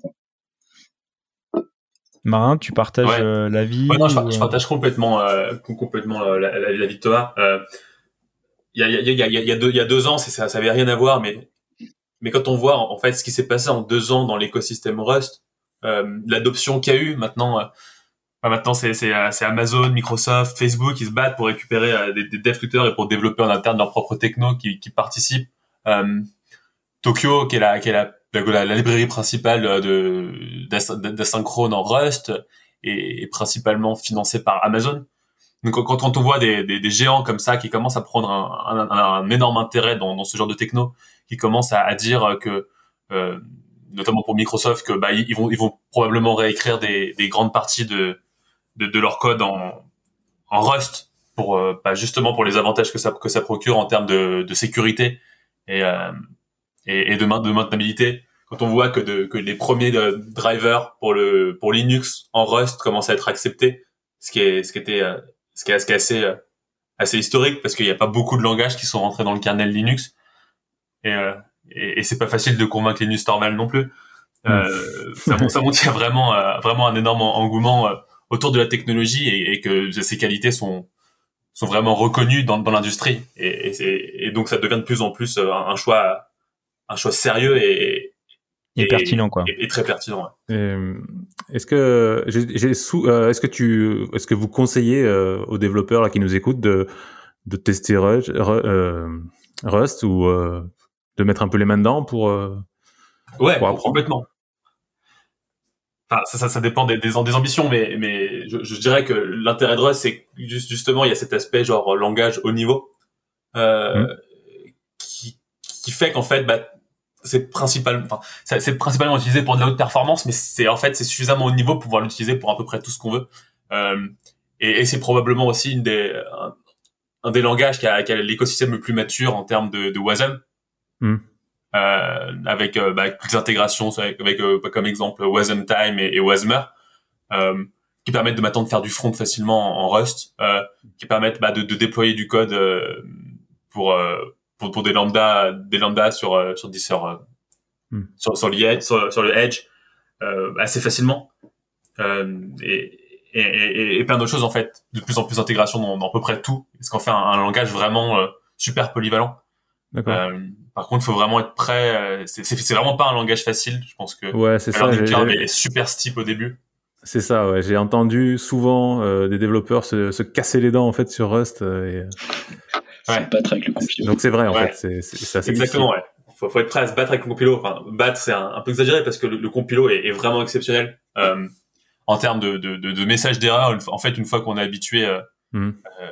points. Marin, tu partages ouais. euh, l'avis ouais, non, je, ou... je partage complètement, euh, complètement euh, l'avis de Thomas. Euh, Il y a, il y a, il y a, il y a deux, il y a deux ans, c'est ça, ça avait rien à voir, mais, mais quand on voit, en fait, ce qui s'est passé en deux ans dans l'écosystème Rust, euh, l'adoption qu'il y a eu, maintenant, euh, maintenant, c'est, c'est, c'est Amazon, Microsoft, Facebook, ils se battent pour récupérer euh, des, des dev Twitter et pour développer en interne leur propre techno qui, qui participent. Euh, Tokyo, qui est la, qui est la, la, la librairie principale de, d'asynchrone en Rust, est, est principalement financée par Amazon. Donc quand, quand on voit des, des, des géants comme ça qui commencent à prendre un, un, un énorme intérêt dans, dans ce genre de techno, qui commencent à, à dire que, euh, notamment pour Microsoft, que bah ils vont ils vont probablement réécrire des, des grandes parties de, de de leur code en en Rust pour euh, bah justement pour les avantages que ça que ça procure en termes de, de sécurité et, euh, et et de de maintenabilité. Quand on voit que de que les premiers drivers pour le pour Linux en Rust commencent à être acceptés, ce qui est ce qui était euh, ce qui est, ce qui est assez assez historique parce qu'il n'y a pas beaucoup de langages qui sont rentrés dans le kernel Linux et euh, et, et c'est pas facile de convaincre Linus Torvald non plus. Euh, ça, ça montre qu'il y a vraiment, euh, vraiment un énorme engouement euh, autour de la technologie et, et que ses qualités sont, sont vraiment reconnues dans, dans l'industrie. Et, et, et donc, ça devient de plus en plus un, un choix, un choix sérieux et, et, et pertinent, quoi. Et, et très pertinent. Ouais. Et, est-ce que, j'ai, j'ai sous, euh, est-ce que tu, est-ce que vous conseillez euh, aux développeurs là qui nous écoutent de, de tester Rust, euh, Rust ou euh, de mettre un peu les mains dedans pour euh, Ouais, pour complètement. Enfin, ça, ça, ça dépend des, des, des ambitions, mais, mais je, je dirais que l'intérêt de Rust, c'est juste, justement, il y a cet aspect genre langage haut niveau, euh, mmh. qui, qui fait qu'en fait, bah, c'est principalement, enfin, c'est principalement utilisé pour de la haute performance, mais c'est en fait, c'est suffisamment haut niveau pour pouvoir l'utiliser pour à peu près tout ce qu'on veut. Euh, et, et c'est probablement aussi une des, un, un des langages qui a, qui a l'écosystème le plus mature en termes de, de WASM. Mmh. Euh, avec euh, bah, toutes les intégrations avec, avec euh, comme exemple Wasmtime et, et Wasmer euh, qui permettent de maintenant de faire du front facilement en, en Rust, euh, qui permettent bah, de, de déployer du code euh, pour, euh, pour pour des lambda des lambda sur euh, sur des sur, mm. sur sur le sur, sur le edge euh, assez facilement euh, et, et, et, et plein d'autres choses en fait, de plus en plus d'intégration dans, dans à peu près tout, ce qu'en fait un, un langage vraiment euh, super polyvalent. Euh, par contre, il faut vraiment être prêt. C'est, c'est, c'est vraiment pas un langage facile. Je pense que ouais, c'est ça. Curve est super steep au début. C'est ça. Ouais, j'ai entendu souvent euh, des développeurs se, se casser les dents en fait sur Rust. Euh, et... C'est ouais. battre avec le compilo. Donc c'est vrai en ouais. fait. C'est, c'est, c'est assez exactement. difficile. Ouais. Faut, faut être prêt à se battre avec le compilo. Enfin, battre c'est un, un peu exagéré parce que le, le compilo est, est vraiment exceptionnel euh, en termes de, de, de, de messages d'erreur. En fait, une fois qu'on est habitué euh, mm. euh,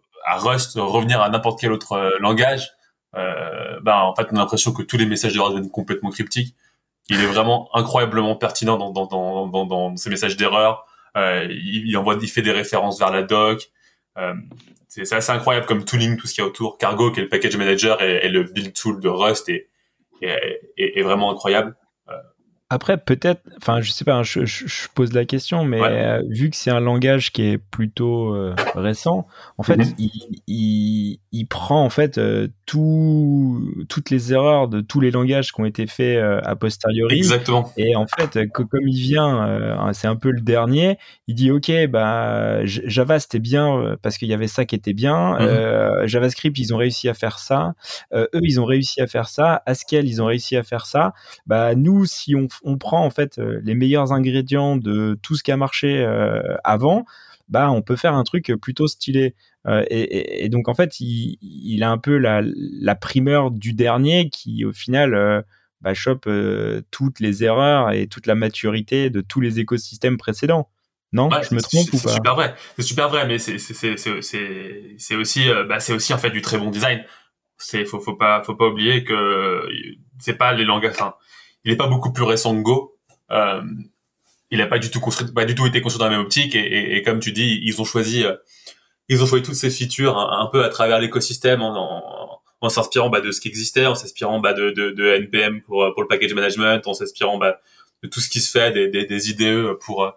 à Rust, revenir à n'importe quel autre euh, langage. Euh, ben en fait on a l'impression que tous les messages d'erreur deviennent complètement cryptiques. Il est vraiment incroyablement pertinent dans dans dans dans, dans ces messages d'erreur. Euh, il, il envoie, il fait des références vers la doc. Euh, c'est, c'est assez incroyable comme tooling, tout ce qu'il y a autour. Cargo, qui est le package manager et, et le build tool de Rust, est est, est, est vraiment incroyable. Euh, Après, peut-être, enfin, je sais pas, je, je, je pose la question, mais ouais. euh, vu que c'est un langage qui est plutôt euh, récent, en fait, mm-hmm. il, il, il prend en fait euh, tout, toutes les erreurs de tous les langages qui ont été faits euh, a posteriori. Exactement. Et en fait, que, comme il vient, euh, c'est un peu le dernier, il dit ok, bah Java c'était bien parce qu'il y avait ça qui était bien. Mm-hmm. Euh, JavaScript, ils ont réussi à faire ça. Euh, eux, ils ont réussi à faire ça. Haskell, ils ont réussi à faire ça. Bah nous, si on on prend en fait euh, les meilleurs ingrédients de tout ce qui a marché euh, avant, bah on peut faire un truc plutôt stylé. Euh, et, et, et donc en fait, il, il a un peu la, la primeur du dernier qui au final euh, bah, chope euh, toutes les erreurs et toute la maturité de tous les écosystèmes précédents. Non, ouais, je me trompe ou pas? C'est super vrai, c'est super vrai, mais c'est c'est c'est c'est c'est, c'est aussi euh, bah c'est aussi en fait du très bon design. C'est faut faut pas faut pas oublier que c'est pas les langages. Enfin, il est pas beaucoup plus récent que Go. Euh, il a pas du tout construit, pas du tout été construit dans la même optique et, et, et comme tu dis, ils ont choisi, euh, ils ont choisi toutes ces features un, un peu à travers l'écosystème en, en, en s'inspirant bah, de ce qui existait, en s'inspirant bah, de, de, de N P M pour pour le package management, en s'inspirant bah, de tout ce qui se fait, des, des, des I D E pour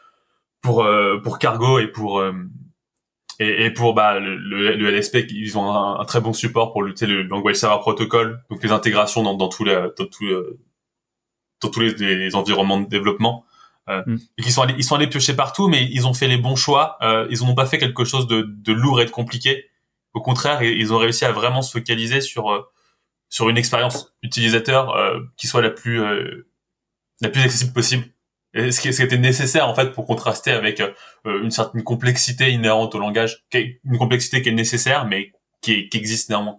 pour pour Cargo et pour et, et pour bah le, le, le L S P, ils ont un, un très bon support pour le, tu sais, le Language Server Protocol, donc les intégrations dans, dans tous les dans tous dans tous les, les environnements de développement. Euh, mm. Et qu'ils sont allés, ils sont allés piocher partout, mais ils ont fait les bons choix. Euh, ils n'ont pas fait quelque chose de, de lourd et de compliqué. Au contraire, ils ont réussi à vraiment se focaliser sur euh, sur une expérience utilisateur euh, qui soit la plus euh, la plus accessible possible. Et ce qui, ce qui était nécessaire en fait pour contraster avec euh, une certaine complexité inhérente au langage, une complexité qui est nécessaire, mais qui, est, qui existe néanmoins.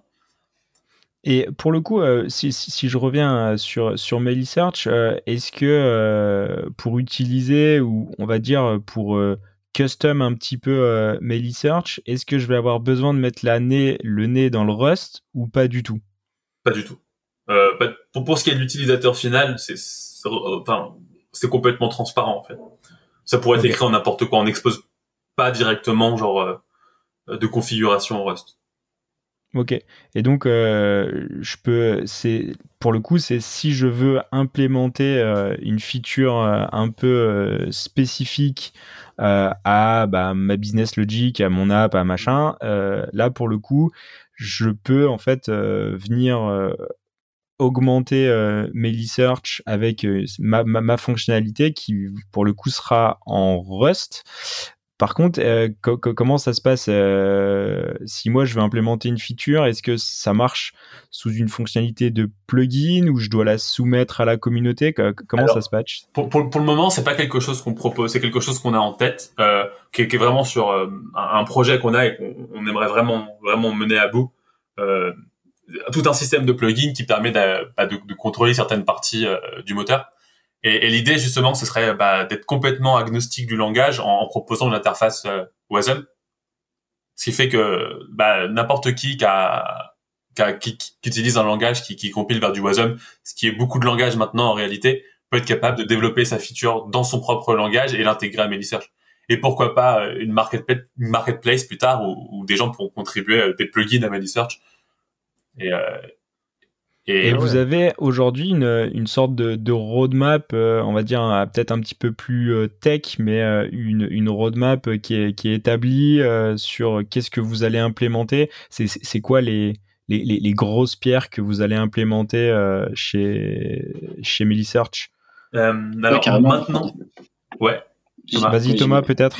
Et pour le coup, euh, si, si, si je reviens sur, sur Melisearch, euh, est-ce que euh, pour utiliser, ou on va dire pour euh, custom un petit peu euh, Melisearch, est-ce que je vais avoir besoin de mettre la nez, le nez dans le Rust ou pas du tout? Pas du tout. Euh, pour, pour ce qui est de l'utilisateur final, c'est, c'est, enfin, c'est complètement transparent en fait. Ça pourrait être okay. écrit en n'importe quoi, on n'expose pas directement genre euh, de configuration en Rust. Ok. Et donc, euh, je peux, c'est pour le coup, c'est si je veux implémenter euh, une feature euh, un peu euh, spécifique euh, à bah, ma business logic, à mon app, à machin. Euh, là, pour le coup, je peux en fait euh, venir euh, augmenter euh, mes research avec euh, ma, ma, ma fonctionnalité qui, pour le coup, sera en Rust. Par contre, euh, co- co- comment ça se passe euh, si moi je veux implémenter une feature, est-ce que ça marche sous une fonctionnalité de plugin ou je dois la soumettre à la communauté? Co- Comment Alors, ça se passe? pour, pour, pour le moment, c'est pas quelque chose qu'on propose, c'est quelque chose qu'on a en tête, euh, qui, est, qui est vraiment sur euh, un, un projet qu'on a et qu'on on aimerait vraiment vraiment mener à bout. Euh, tout un système de plugins qui permet de, bah, de, de contrôler certaines parties euh, du moteur. Et, et l'idée, justement, ce serait bah, d'être complètement agnostique du langage en, en proposant une interface euh, Wasm. Ce qui fait que bah, n'importe qui qui, a, qui, a, qui, qui utilise un langage qui, qui compile vers du Wasm, ce qui est beaucoup de langage maintenant en réalité, peut être capable de développer sa feature dans son propre langage et l'intégrer à Melisearch. Et pourquoi pas une marketplace, une marketplace plus tard où, où des gens pourront contribuer des plugins à Melisearch. Et, euh, Et, et vous ouais. avez aujourd'hui une, une sorte de, de roadmap, euh, on va dire peut-être un petit peu plus euh, tech, mais euh, une, une roadmap qui est, qui est établie euh, sur qu'est-ce que vous allez implémenter. C'est, c'est, c'est quoi les, les, les, les grosses pierres que vous allez implémenter euh, chez, chez Melisearch? euh, Alors ouais, maintenant, ouais. Thomas. Vas-y oui, Thomas, peut-être.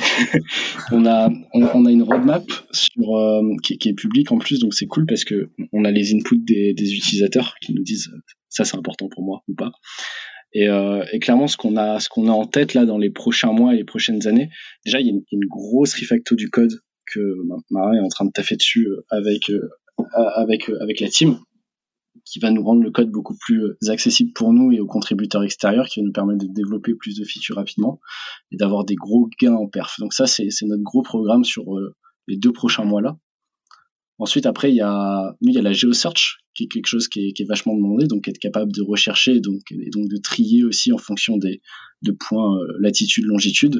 on a on, on a une roadmap sur euh, qui, qui est publique en plus, donc c'est cool parce que on a les inputs des, des utilisateurs qui nous disent ça c'est important pour moi ou pas. Et, euh, et clairement ce qu'on a ce qu'on a en tête là dans les prochains mois et les prochaines années, déjà il y a une, une grosse refacto du code que Marin est en train de taffer dessus avec euh, avec euh, avec la team, qui va nous rendre le code beaucoup plus accessible pour nous et aux contributeurs extérieurs, qui va nous permettre de développer plus de features rapidement et d'avoir des gros gains en perf. Donc ça, c'est, c'est notre gros programme sur euh, les deux prochains mois-là. Ensuite, après, il y a, nous, il y a la GeoSearch, qui est quelque chose qui est, qui est vachement demandé, donc être capable de rechercher et donc, et donc de trier aussi en fonction des de points euh, latitude, longitude.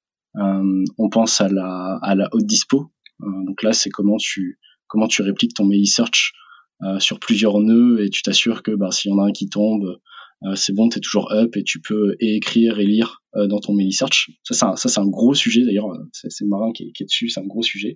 Euh, on pense à la, à la haute dispo. Euh, donc là, c'est comment tu, comment tu répliques ton Melisearch Euh, sur plusieurs nœuds et tu t'assures que bah, s'il y en a un qui tombe, euh, c'est bon, t'es toujours up et tu peux écrire et lire euh, dans ton Melisearch. Ça c'est un, ça c'est un gros sujet d'ailleurs. C'est, c'est Marin qui est, qui est dessus, c'est un gros sujet.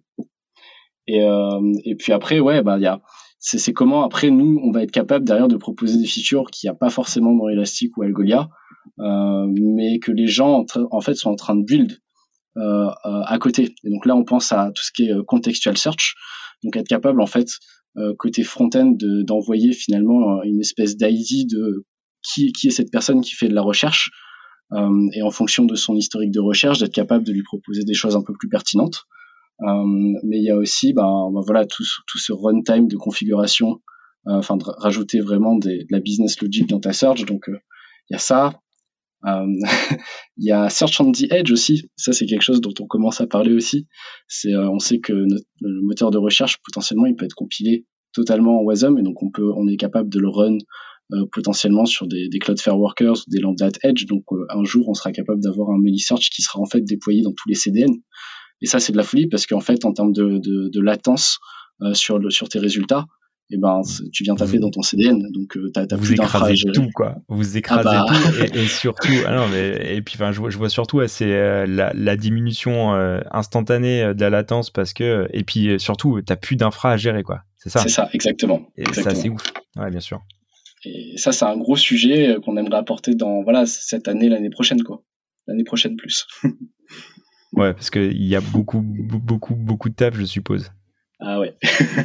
Et euh, et puis après ouais bah il y a c'est, c'est comment après nous on va être capable derrière de proposer des features qu'il n'y a pas forcément dans Elastic ou Algolia, euh, mais que les gens en, tra- en fait sont en train de build euh, à côté. Et donc là on pense à tout ce qui est contextual search, donc être capable en fait Euh, côté front-end de, d'envoyer finalement une espèce d'I D de qui, qui est cette personne qui fait de la recherche euh, et en fonction de son historique de recherche d'être capable de lui proposer des choses un peu plus pertinentes. Euh, mais il y a aussi ben, ben voilà tout, tout ce runtime de configuration, enfin euh, de rajouter vraiment des, de la business logic dans ta search. Donc il euh, y a ça. Il euh, y a Search on the Edge aussi. Ça, c'est quelque chose dont on commence à parler aussi. C'est, euh, on sait que notre, le moteur de recherche, potentiellement, il peut être compilé totalement en Wasm, et donc on peut, on est capable de le run euh, potentiellement sur des, des Cloudflare Workers, des Lambda Edge. Donc euh, un jour, on sera capable d'avoir un Melisearch qui sera en fait déployé dans tous les C D N. Et ça, c'est de la folie parce qu'en fait, en termes de, de, de latence euh, sur, le, sur tes résultats, et eh ben tu viens taffer dans ton C D N, donc euh, t'as, t'as vous plus d'infra à gérer. Tout quoi, vous écrasez ah bah. tout et, et surtout, ah non mais et puis enfin je vois, je vois surtout euh, c'est euh, la, la diminution euh, instantanée de la latence parce que et puis euh, surtout t'as plus d'infra à gérer quoi, c'est ça. C'est ça, exactement. Et exactement. ça c'est ouf, ouais bien sûr. Et ça c'est un gros sujet qu'on aimerait apporter dans voilà cette année, l'année prochaine quoi, l'année prochaine plus. Ouais parce que il y a beaucoup beaucoup beaucoup de taf je suppose. Ah ouais.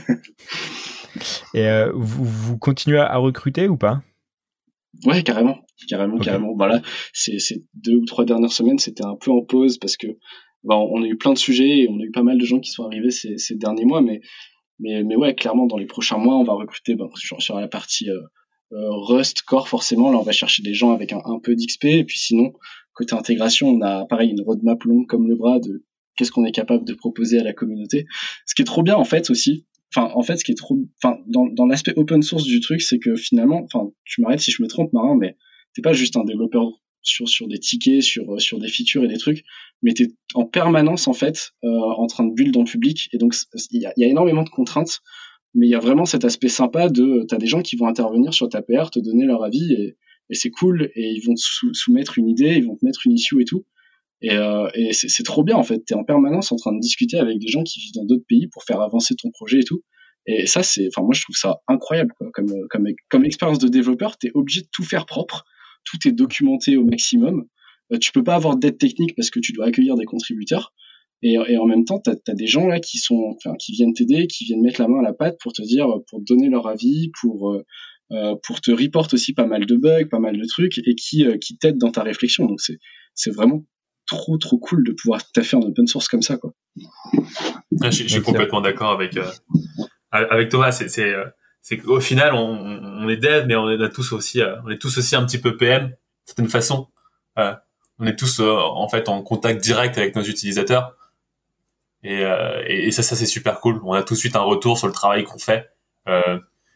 Et euh, vous, vous continuez à recruter ou pas? Ouais, carrément, carrément, okay. carrément. Voilà, c'est, c'est deux ou trois dernières semaines, c'était un peu en pause parce que bah, on a eu plein de sujets et on a eu pas mal de gens qui sont arrivés ces, ces derniers mois, mais mais mais ouais, clairement, dans les prochains mois, on va recruter bah, sur, sur la partie euh, euh, Rust Core forcément. Là, on va chercher des gens avec un, un peu d'X P et puis sinon côté intégration, on a pareil une roadmap longue comme le bras de qu'est-ce qu'on est capable de proposer à la communauté. Ce qui est trop bien en fait aussi. Enfin, en fait, ce qui est trop, enfin, dans, dans l'aspect open source du truc, c'est que finalement, enfin, tu m'arrêtes si je me trompe, Marin, mais t'es pas juste un développeur sur sur des tickets, sur sur des features et des trucs, mais t'es en permanence en fait euh, en train de build en public, et donc il y a, y a énormément de contraintes, mais il y a vraiment cet aspect sympa de, t'as des gens qui vont intervenir sur ta P R, te donner leur avis, et, et c'est cool, et ils vont te sou- soumettre une idée, ils vont te mettre une issue et tout. Et, euh, et c'est, c'est trop bien en fait. T'es en permanence en train de discuter avec des gens qui vivent dans d'autres pays pour faire avancer ton projet et tout. Et ça, c'est, enfin moi je trouve ça incroyable quoi. Comme comme comme expérience de développeur, t'es obligé de tout faire propre, tout est documenté au maximum. Euh, tu peux pas avoir d'aide technique parce que tu dois accueillir des contributeurs. Et, et en même temps, t'as, t'as des gens là qui sont, enfin, qui viennent t'aider, qui viennent mettre la main à la pâte pour te dire, pour te donner leur avis, pour euh, pour te report aussi pas mal de bugs, pas mal de trucs, et qui euh, qui t'aident dans ta réflexion. Donc c'est c'est vraiment trop trop cool de pouvoir taffer en open source comme ça quoi. Je, je suis complètement d'accord avec euh, avec Thomas. C'est c'est euh, c'est qu'au final on, on est dev, mais on est tous aussi euh, on est tous aussi un petit peu P M d'une certaine façon. Euh, on est tous euh, en fait en contact direct avec nos utilisateurs. Et, euh, et, et ça, ça c'est super cool. On a tout de suite un retour sur le travail qu'on fait, euh,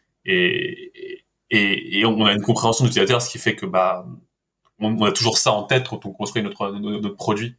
et, et, et on a une compréhension de l'utilisateur, ce qui fait que bah on, on a toujours ça en tête quand on construit notre notre, notre produit.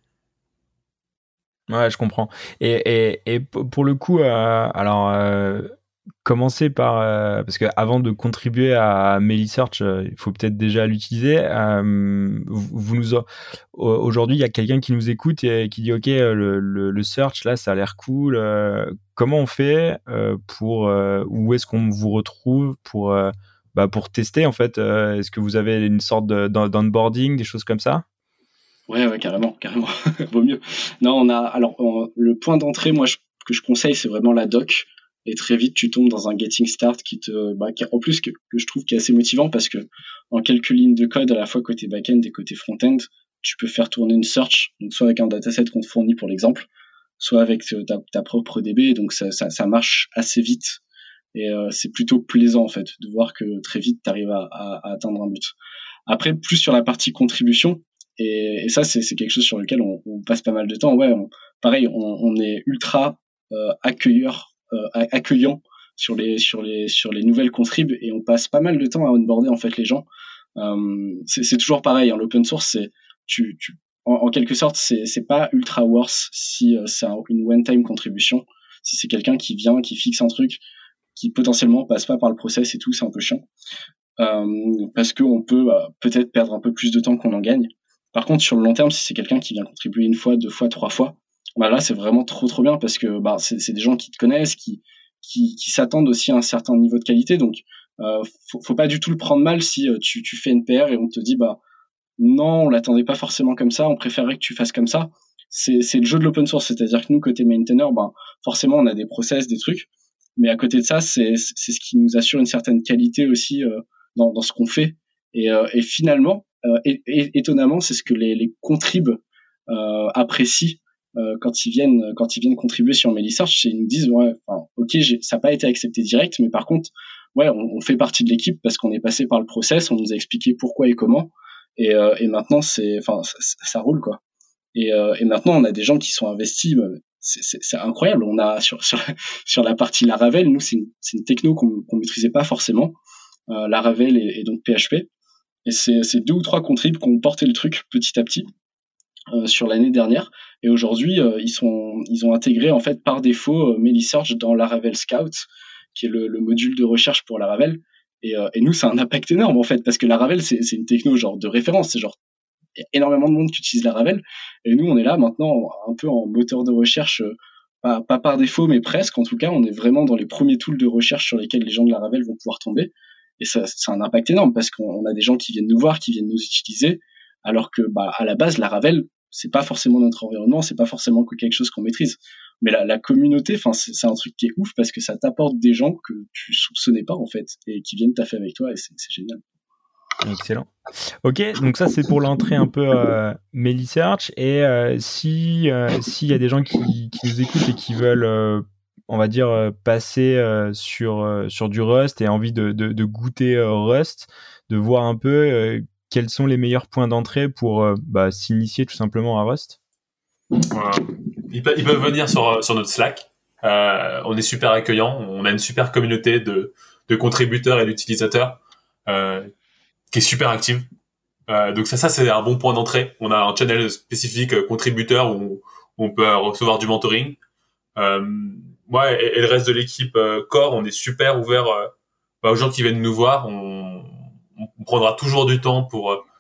Ouais, je comprends. Et, et, et pour le coup, euh, alors euh, commencer par euh, parce que avant de contribuer à MailySearch, euh, il faut peut-être déjà l'utiliser. Euh, vous, vous nous aujourd'hui, il y a quelqu'un qui nous écoute et qui dit ok, le, le, le search là, ça a l'air cool. Euh, comment on fait euh, pour euh, où est-ce qu'on vous retrouve pour euh, bah, pour tester en fait. Euh, est-ce que vous avez une sorte de, d'onboarding, des choses comme ça? Ouais, ouais, carrément, carrément. Vaut mieux. Non, on a, alors, on, le point d'entrée, moi, je, que je conseille, c'est vraiment la doc. Et très vite, tu tombes dans un getting start qui te, bah, qui, en plus, que, que je trouve qui est assez motivant parce que, en quelques lignes de code, à la fois côté back-end et côté front-end, tu peux faire tourner une search, donc soit avec un dataset qu'on te fournit pour l'exemple, soit avec ta, ta propre D B, donc ça, ça, ça marche assez vite. Et euh, c'est plutôt plaisant, en fait, de voir que très vite, tu arrives à, à, à atteindre un but. Après, plus sur la partie contribution, Et, et ça, c'est, c'est quelque chose sur lequel on, on passe pas mal de temps. Ouais, on, pareil, on, on est ultra euh, accueilleur, euh, accueillant sur les sur les sur les nouvelles contribs et on passe pas mal de temps à onboarder en fait les gens. Euh, c'est, c'est toujours pareil. Hein, l'open source, c'est tu, tu en, en quelque sorte, c'est c'est pas ultra worth si euh, c'est un, une one-time contribution. Si c'est quelqu'un qui vient, qui fixe un truc, qui potentiellement passe pas par le process et tout, c'est un peu chiant. Euh, parce qu'on peut euh, peut-être perdre un peu plus de temps qu'on en gagne. Par contre, sur le long terme, si c'est quelqu'un qui vient contribuer une fois, deux fois, trois fois, bah là, c'est vraiment trop, trop bien parce que bah, c'est, c'est des gens qui te connaissent, qui, qui, qui s'attendent aussi à un certain niveau de qualité. Donc, euh, faut, faut pas du tout le prendre mal si euh, tu, tu fais une P R et on te dit, bah, non, on l'attendait pas forcément comme ça, on préférerait que tu fasses comme ça. C'est, c'est le jeu de l'open source. C'est-à-dire que nous, côté maintainer, bah, forcément, on a des process, des trucs. Mais à côté de ça, c'est, c'est ce qui nous assure une certaine qualité aussi euh, dans, dans ce qu'on fait. Et, euh, et finalement, Euh, et, et, étonnamment, c'est ce que les, les contribs euh, apprécient euh, quand ils viennent quand ils viennent contribuer sur MailySearch. Ils nous disent ouais, ok, j'ai, ça n'a pas été accepté direct, mais par contre, ouais, on, on fait partie de l'équipe parce qu'on est passé par le process, on nous a expliqué pourquoi et comment, et, euh, et maintenant c'est, enfin, ça, ça roule quoi. Et, euh, et maintenant, on a des gens qui sont investis. C'est, c'est, c'est incroyable. On a sur sur sur la partie Laravel, nous c'est une, c'est une techno qu'on qu'on maîtrisait pas forcément. Euh, Laravel et, et donc P H P. Et c'est, c'est deux ou trois contribs qui ont porté le truc petit à petit euh, sur l'année dernière. Et aujourd'hui, euh, ils sont, ils ont intégré en fait par défaut euh, MailySearch dans Laravel Scout, qui est le, le module de recherche pour Laravel. Et, euh, et nous, c'est un impact énorme en fait, parce que Laravel, c'est, c'est une techno genre de référence. C'est genre il y a énormément de monde qui utilise Laravel. Et nous, on est là maintenant un peu en moteur de recherche. Euh, pas, pas par défaut, mais presque. En tout cas, on est vraiment dans les premiers tools de recherche sur lesquels les gens de Laravel vont pouvoir tomber. Et ça, c'est un impact énorme parce qu'on a des gens qui viennent nous voir, qui viennent nous utiliser, alors que, bah, à la base, Laravel, c'est pas forcément notre environnement, c'est pas forcément quelque chose qu'on maîtrise. Mais la, la communauté, enfin, c'est, c'est un truc qui est ouf parce que ça t'apporte des gens que tu soupçonnais pas, en fait, et qui viennent taffer avec toi, et c'est, c'est génial. Excellent. Ok, donc ça c'est pour l'entrée un peu euh, MailySearch. Et euh, si euh, s'il y a des gens qui, qui nous écoutent et qui veulent euh, on va dire euh, passer euh, sur euh, sur du Rust et envie de de, de goûter euh, Rust, de voir un peu euh, quels sont les meilleurs points d'entrée pour euh, bah, s'initier tout simplement à Rust. Voilà. Ils, peuvent, ils peuvent venir sur sur notre Slack. Euh, on est super accueillant. On a une super communauté de de contributeurs et d'utilisateurs euh, qui est super active. Euh, donc ça, ça c'est un bon point d'entrée. On a un channel spécifique euh, contributeur où, où on peut euh, recevoir du mentoring. Euh, ouais, et, et le reste de l'équipe euh, Core, on est super ouvert euh, bah, aux gens qui viennent nous voir. On, on prendra toujours du temps pour euh,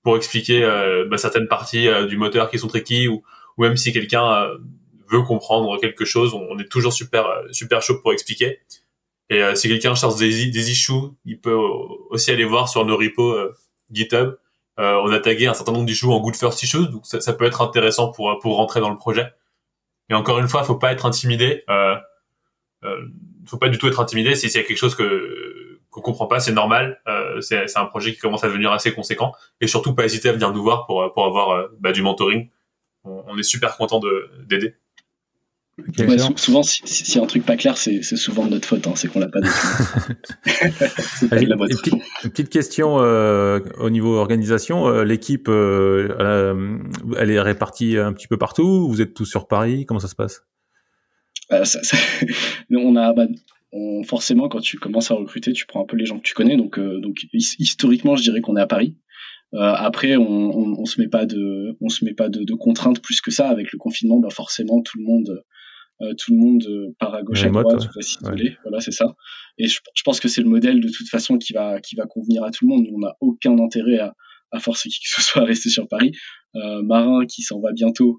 pour expliquer euh, bah, certaines parties euh, du moteur qui sont tricky, ou, ou même si quelqu'un euh, veut comprendre quelque chose, on, on est toujours super super chaud pour expliquer. Et euh, si quelqu'un cherche des, des issues, il peut aussi aller voir sur nos repos euh, GitHub. Euh, on a tagué un certain nombre d'issues en good first issues, donc ça, ça peut être intéressant pour pour rentrer dans le projet. Et encore une fois, faut pas être intimidé. Euh, euh, faut pas du tout être intimidé. Si s'il y a quelque chose que qu'on comprend pas, c'est normal. Euh, c'est c'est un projet qui commence à devenir assez conséquent. Et surtout, pas hésiter à venir nous voir pour pour avoir euh, bah, du mentoring. On, on est super content de d'aider. Okay, ouais, sou- souvent, si, si, si y a un truc pas clair, c'est, c'est souvent de notre faute. Hein, c'est qu'on l'a pas défini. C'est pas de la une, petite, une petite question euh, au niveau organisation. Euh, l'équipe, euh, euh, elle est répartie un petit peu partout. Vous êtes tous sur Paris. Comment ça se passe? euh, ça, ça... On a, bah, on, forcément, quand tu commences à recruter, tu prends un peu les gens que tu connais. Donc, euh, donc historiquement, je dirais qu'on est à Paris. Euh, après, on, on, on se met pas de, on se met pas de, de contraintes plus que ça. Avec le confinement, bah forcément, tout le monde. Euh, tout le monde euh, part à gauche, remote, à droite, ouais. Va s'isoler, ouais. Voilà, c'est ça. Et je, je pense que c'est le modèle de toute façon qui va, qui va convenir à tout le monde. On n'a aucun intérêt à, à forcer qui que ce soit à rester sur Paris. Euh, Marin qui s'en va bientôt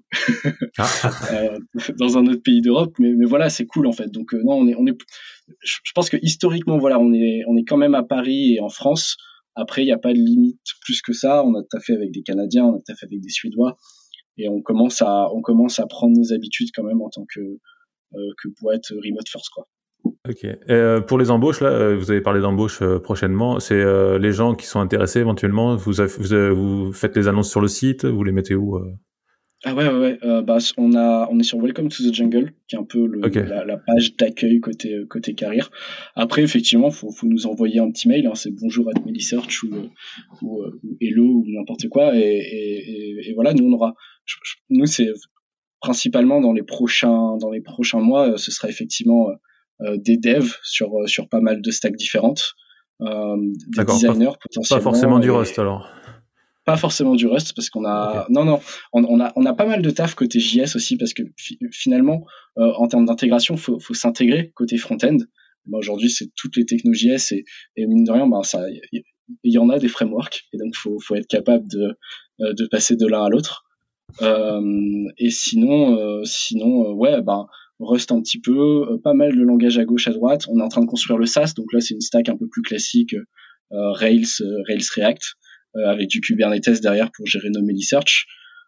euh, dans un autre pays d'Europe, mais, mais voilà, c'est cool en fait. Donc euh, non, on est, on est. Je, je pense que historiquement, voilà, on est, on est quand même à Paris et en France. Après, il n'y a pas de limite plus que ça. On a taffé avec des Canadiens, on a taffé avec des Suédois. Et on commence à, on commence à prendre nos habitudes quand même en tant que, euh, que boîte remote first, quoi. Ok. Et euh, pour les embauches, là, vous avez parlé d'embauche euh, prochainement. C'est euh, les gens qui sont intéressés éventuellement. Vous, avez, vous, avez, vous faites les annonces sur le site. Vous les mettez où euh... Ah ouais, ouais, ouais. Euh, bah, on a, on est sur Welcome to the Jungle, qui est un peu le, okay. la, la page d'accueil côté, côté carrière. Après, effectivement, faut, faut nous envoyer un petit mail. Hein, c'est bonjour at Melisearch ou, ou, ou hello ou n'importe quoi. Et, et, et, et voilà, nous on aura. Je, je, nous c'est principalement dans les prochains, dans les prochains mois, ce sera effectivement euh, des devs sur sur pas mal de stacks différentes, euh, des D'accord, designers pas, potentiellement. Pas forcément du Rust alors. Pas forcément du Rust parce qu'on a okay. non non on, on a on a pas mal de taf côté J S aussi parce que fi- finalement euh, en termes d'intégration faut faut s'intégrer côté front-end. Ben, aujourd'hui c'est toutes les technos J S et, et mine de rien ben ça il y, y en a des frameworks et donc faut faut être capable de euh, de passer de l'un à l'autre. Euh, et sinon euh, sinon euh, ouais ben Rust un petit peu, euh, pas mal de langages à gauche à droite. On est en train de construire le SaaS donc là c'est une stack un peu plus classique euh, Rails euh, Rails React. Euh, avec du Kubernetes derrière pour gérer nos Melisearch.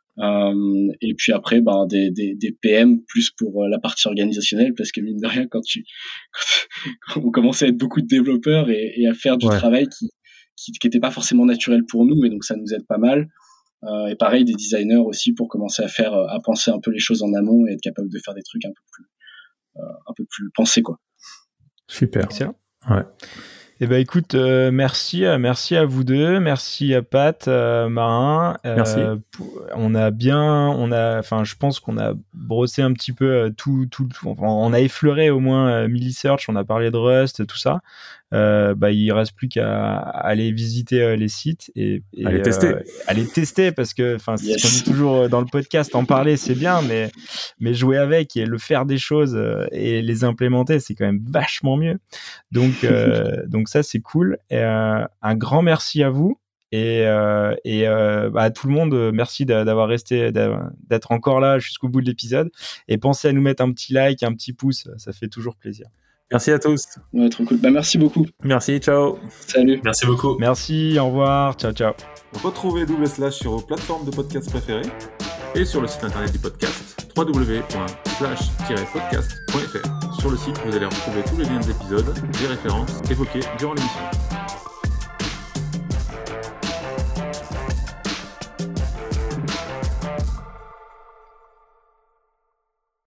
Euh, et puis après, ben, des, des, des P M plus pour euh, la partie organisationnelle, parce que mine de rien, quand tu, quand, quand on commençait à être beaucoup de développeurs et, et à faire du ouais. travail qui, qui, qui était pas forcément naturel pour nous, et donc ça nous aide pas mal. Euh, et pareil, des designers aussi pour commencer à faire, à penser un peu les choses en amont et être capable de faire des trucs un peu plus, euh, un peu plus pensés, quoi. Super. Excellent. Ouais. Eh ben écoute, euh, merci, euh, merci à vous deux, merci à Pat, euh, Marin. Euh, merci. On a bien, on a, enfin, je pense qu'on a brossé un petit peu euh, tout, tout, tout enfin, on a effleuré au moins euh, Melisearch, on a parlé de Rust, tout ça. Euh, bah, il reste plus qu'à aller visiter euh, les sites et, et aller tester, euh, aller tester parce que, enfin, yes. Ce qu'on dit toujours dans le podcast, en parler c'est bien, mais mais jouer avec et le faire des choses euh, et les implémenter, c'est quand même vachement mieux. Donc euh, donc ça c'est cool. Et, euh, un grand merci à vous. Et, euh, et euh, bah, à tout le monde, merci d'avoir resté, d'être encore là jusqu'au bout de l'épisode. Et pensez à nous mettre un petit like, un petit pouce, ça fait toujours plaisir. Merci à tous. Ouais, trop cool. Bah, merci beaucoup. Merci, ciao. Salut. Merci beaucoup. Merci, au revoir, ciao, ciao. Retrouvez Double Slash sur vos plateformes de podcast préférées et sur le site internet du podcast w w w point slash tiret podcast point f r. Sur le site, vous allez retrouver tous les liens des épisodes, des références évoquées durant l'émission.